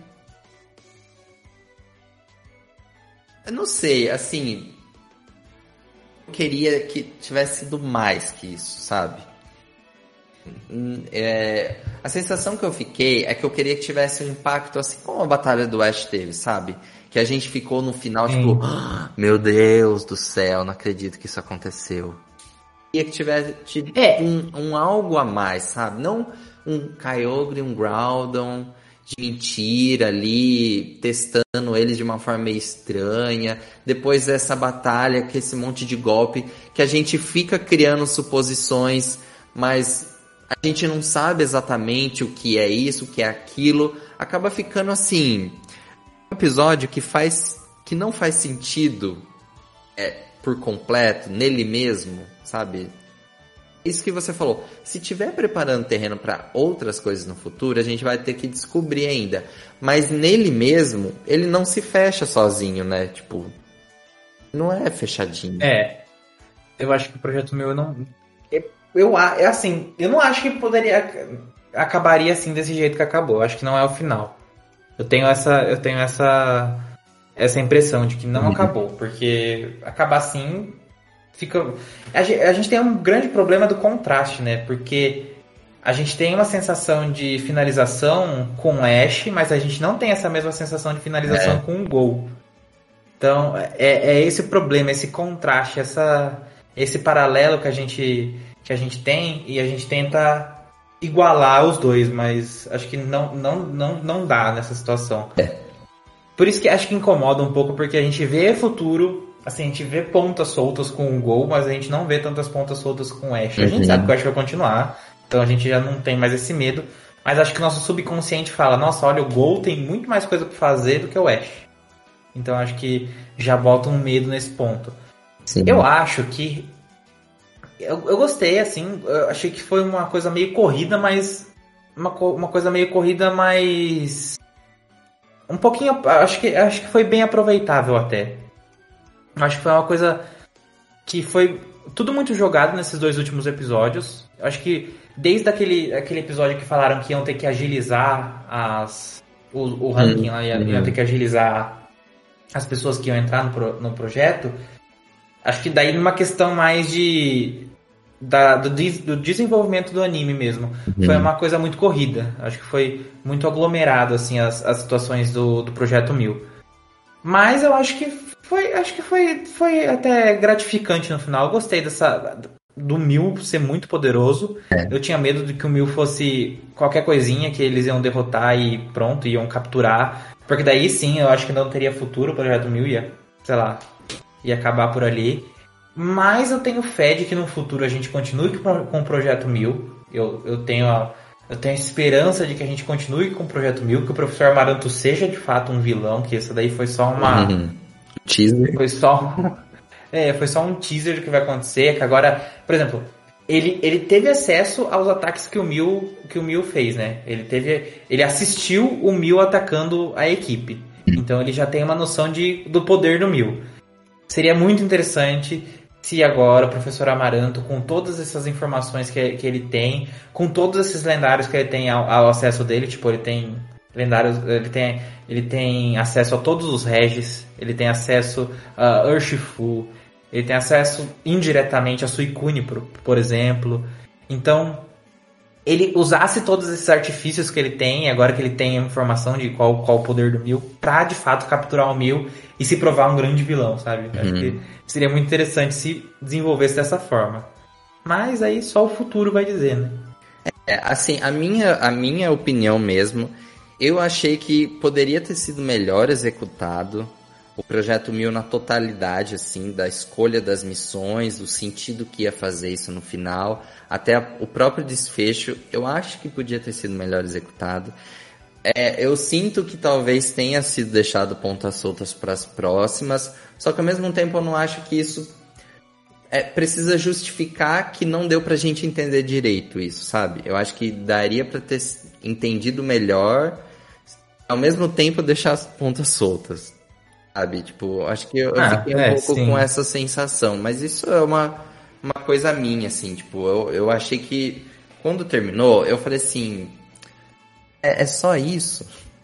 Eu não sei, assim... queria que tivesse sido mais que isso, sabe? É, a sensação que eu fiquei é que eu queria que tivesse um impacto assim como a Batalha do Oeste teve, sabe? Que a gente ficou no final, Sim. tipo, oh, meu Deus do céu, não acredito que isso aconteceu. Queria que tivesse tido é. um, um algo a mais, sabe? Não um Kyogre, um Groudon, de mentira ali, testando eles de uma forma meio estranha. Depois dessa batalha, com esse monte de golpe, que a gente fica criando suposições, mas a gente não sabe exatamente o que é isso, o que é aquilo. Acaba ficando assim, um episódio que faz, que não faz sentido é, por completo, nele mesmo, sabe? Isso que você falou, se tiver preparando terreno para outras coisas no futuro, a gente vai ter que descobrir ainda. Mas nele mesmo, ele não se fecha sozinho, né? Tipo, não é fechadinho. É, eu acho que o Projeto Mil não... Eu, é assim, eu não acho que poderia... Acabaria assim, desse jeito que acabou. Eu acho que não é o final. Eu tenho essa, eu tenho essa, essa impressão de que não uhum. acabou. Porque acabar assim... Fica... A gente tem um grande problema do contraste, né? Porque a gente tem uma sensação de finalização com o Ash, mas a gente não tem essa mesma sensação de finalização é. com o Gol. Então, é, é esse o problema, esse contraste, essa, esse paralelo que a, gente, que a gente tem e a gente tenta igualar os dois, mas acho que não, não, não, não dá nessa situação. É. Por isso que acho que incomoda um pouco, porque a gente vê futuro... Assim, a gente vê pontas soltas com o Gol, mas a gente não vê tantas pontas soltas com o Ash. A gente uhum. sabe que o Ash vai continuar, então a gente já não tem mais esse medo. Mas acho que o nosso subconsciente fala, nossa, olha, o Gol tem muito mais coisa pra fazer do que o Ash. Então acho que já bota um medo nesse ponto. Sim. Eu acho que... Eu, eu gostei, assim, eu achei que foi uma coisa meio corrida, mas... Uma, uma coisa meio corrida, mas... Um pouquinho... Acho que, acho que foi bem aproveitável até. Acho que foi uma coisa que foi tudo muito jogado nesses dois últimos episódios. Acho que desde aquele, aquele episódio que falaram que iam ter que agilizar as, o, o ranking uhum. lá, iam, iam ter que agilizar as pessoas que iam entrar no, pro, no projeto. Acho que daí numa questão mais de da, do, do desenvolvimento do anime mesmo. Uhum. Foi uma coisa muito corrida. Acho que foi muito aglomerado assim, as, as situações do, do Projeto Mil. Mas eu acho que Foi, acho que foi, foi até gratificante no final. Eu gostei dessa, do Mil ser muito poderoso. É. Eu tinha medo de que o Mil fosse qualquer coisinha que eles iam derrotar e pronto, iam capturar. Porque daí sim, eu acho que não teria futuro o Projeto Mil, ia, sei lá, ia acabar por ali. Mas eu tenho fé de que no futuro a gente continue com o Projeto Mil. Eu, eu tenho a, eu tenho a esperança de que a gente continue com o Projeto Mil, que o Professor Amaranto seja de fato um vilão, que isso daí foi só uma... Uhum. Teaser. Foi só, é, foi só um teaser do que vai acontecer, que agora, por exemplo, ele, ele teve acesso aos ataques que o Mil que o Mil fez, né? Ele teve, ele assistiu o Mil atacando a equipe. Então ele já tem uma noção de, do poder do Mil. Seria muito interessante se agora o Professor Amaranto, com todas essas informações que, que ele tem, com todos esses lendários que ele tem ao, ao acesso dele, tipo, ele tem lendários, ele tem, ele tem acesso a todos os Regis, ele tem acesso a Urshifu, ele tem acesso indiretamente a Suicune, por, por exemplo. Então, ele usasse todos esses artifícios que ele tem, agora que ele tem a informação de qual, qual o poder do Mil, pra de fato capturar o Mil e se provar um grande vilão, sabe? Uhum. Acho que seria muito interessante se desenvolvesse dessa forma. Mas aí só o futuro vai dizer, né? É, assim, a minha, a minha opinião mesmo, eu achei que poderia ter sido melhor executado o Projeto Mil na totalidade, assim, da escolha das missões, o sentido que ia fazer isso no final, até a, o próprio desfecho, eu acho que podia ter sido melhor executado. É, eu sinto que talvez tenha sido deixado pontas soltas para as próximas, só que ao mesmo tempo eu não acho que isso é, precisa justificar que não deu pra gente entender direito isso, sabe? Eu acho que daria pra ter entendido melhor, ao mesmo tempo deixar as pontas soltas. Sabe, tipo, acho que eu, ah, eu fiquei um é, pouco sim. com essa sensação, mas isso é uma, uma coisa minha, assim, tipo, eu, eu achei que quando terminou, eu falei assim, é, é só isso?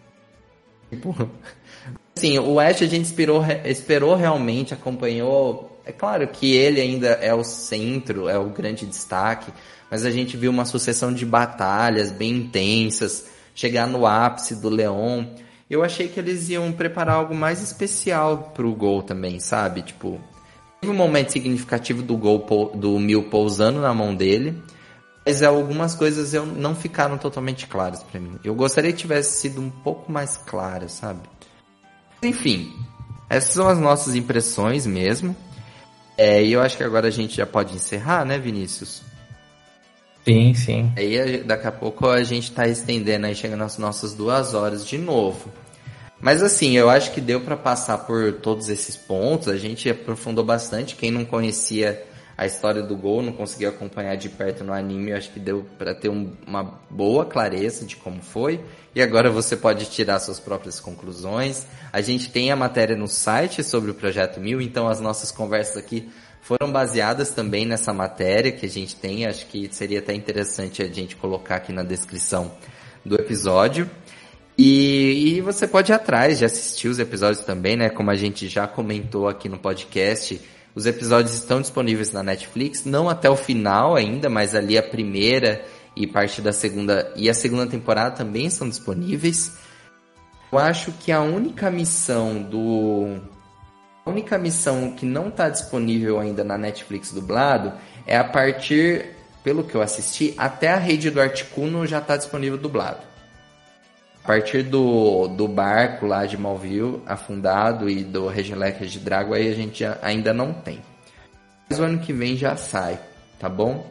Tipo, assim, o Ash a gente esperou, esperou realmente, acompanhou, é claro que ele ainda é o centro, é o grande destaque, mas a gente viu uma sucessão de batalhas bem intensas, chegar no ápice do Leon. Eu achei que eles iam preparar algo mais especial pro Gol também, sabe? Tipo, teve um momento significativo do Gol, do Mil pousando na mão dele, Mas algumas coisas eu não ficaram totalmente claras pra mim. Eu gostaria que tivesse sido um pouco mais clara, sabe? Enfim, essas são as nossas impressões mesmo. É, e eu acho que agora a gente já pode encerrar, né, Vinícius? Sim, sim. Aí daqui a pouco a gente tá estendendo, aí chega nas nossas duas horas de novo. Mas assim, eu acho que deu pra passar por todos esses pontos, a gente aprofundou bastante. Quem não conhecia a história do Gol, não conseguiu acompanhar de perto no anime, eu acho que deu pra ter um, uma boa clareza de como foi. E agora você pode tirar suas próprias conclusões. A gente tem a matéria no site sobre o Projeto Mil, então as nossas conversas aqui foram baseadas também nessa matéria que a gente tem. Acho que seria até interessante a gente colocar aqui na descrição do episódio. E, e você pode ir atrás de assistir os episódios também, né? Como a gente já comentou aqui no podcast, os episódios estão disponíveis na Netflix, não até o final ainda, mas ali a primeira e parte da segunda e a segunda temporada também estão disponíveis. Eu acho que a única missão do a única missão que não está disponível ainda na Netflix dublado é a partir, pelo que eu assisti, até a Rede do Articuno já está disponível dublado. A partir do, do barco lá de Malville afundado e do Regielec de Drago, aí a gente já, ainda não tem. Mas o ano que vem já sai, tá bom?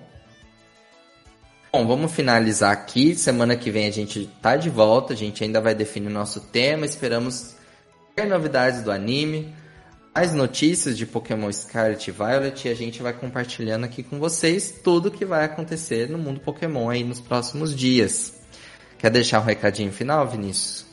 Bom, vamos finalizar aqui. Semana que vem a gente tá de volta, a gente ainda vai definir o nosso tema. Esperamos ter novidades do anime, mais notícias de Pokémon Scarlet e Violet, e a gente vai compartilhando aqui com vocês tudo que vai acontecer no mundo Pokémon aí nos próximos dias. Quer deixar um recadinho final, Vinícius?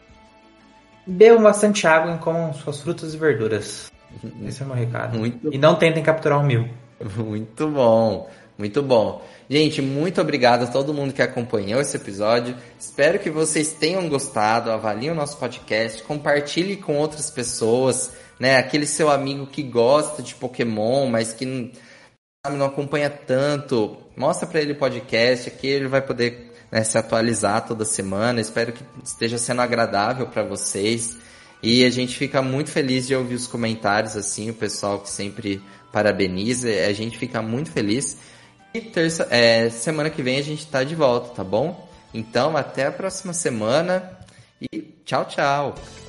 Bebam bastante água e comam suas frutas e verduras. Esse é o meu recado. Muito... E não tentem capturar o mil. Muito bom, muito bom. Gente, muito obrigado a todo mundo que acompanhou esse episódio. Espero que vocês tenham gostado. Avaliem o nosso podcast, compartilhe com outras pessoas, né? Aquele seu amigo que gosta de Pokémon, mas que não, sabe, não acompanha tanto. Mostra para ele o podcast, aqui ele vai poder... Né, se atualizar toda semana. Espero que esteja sendo agradável para vocês. E a gente fica muito feliz de ouvir os comentários, assim, o pessoal que sempre parabeniza. A gente fica muito feliz. E terça, é, semana que vem a gente tá de volta, tá bom? Então, até a próxima semana. E tchau, tchau.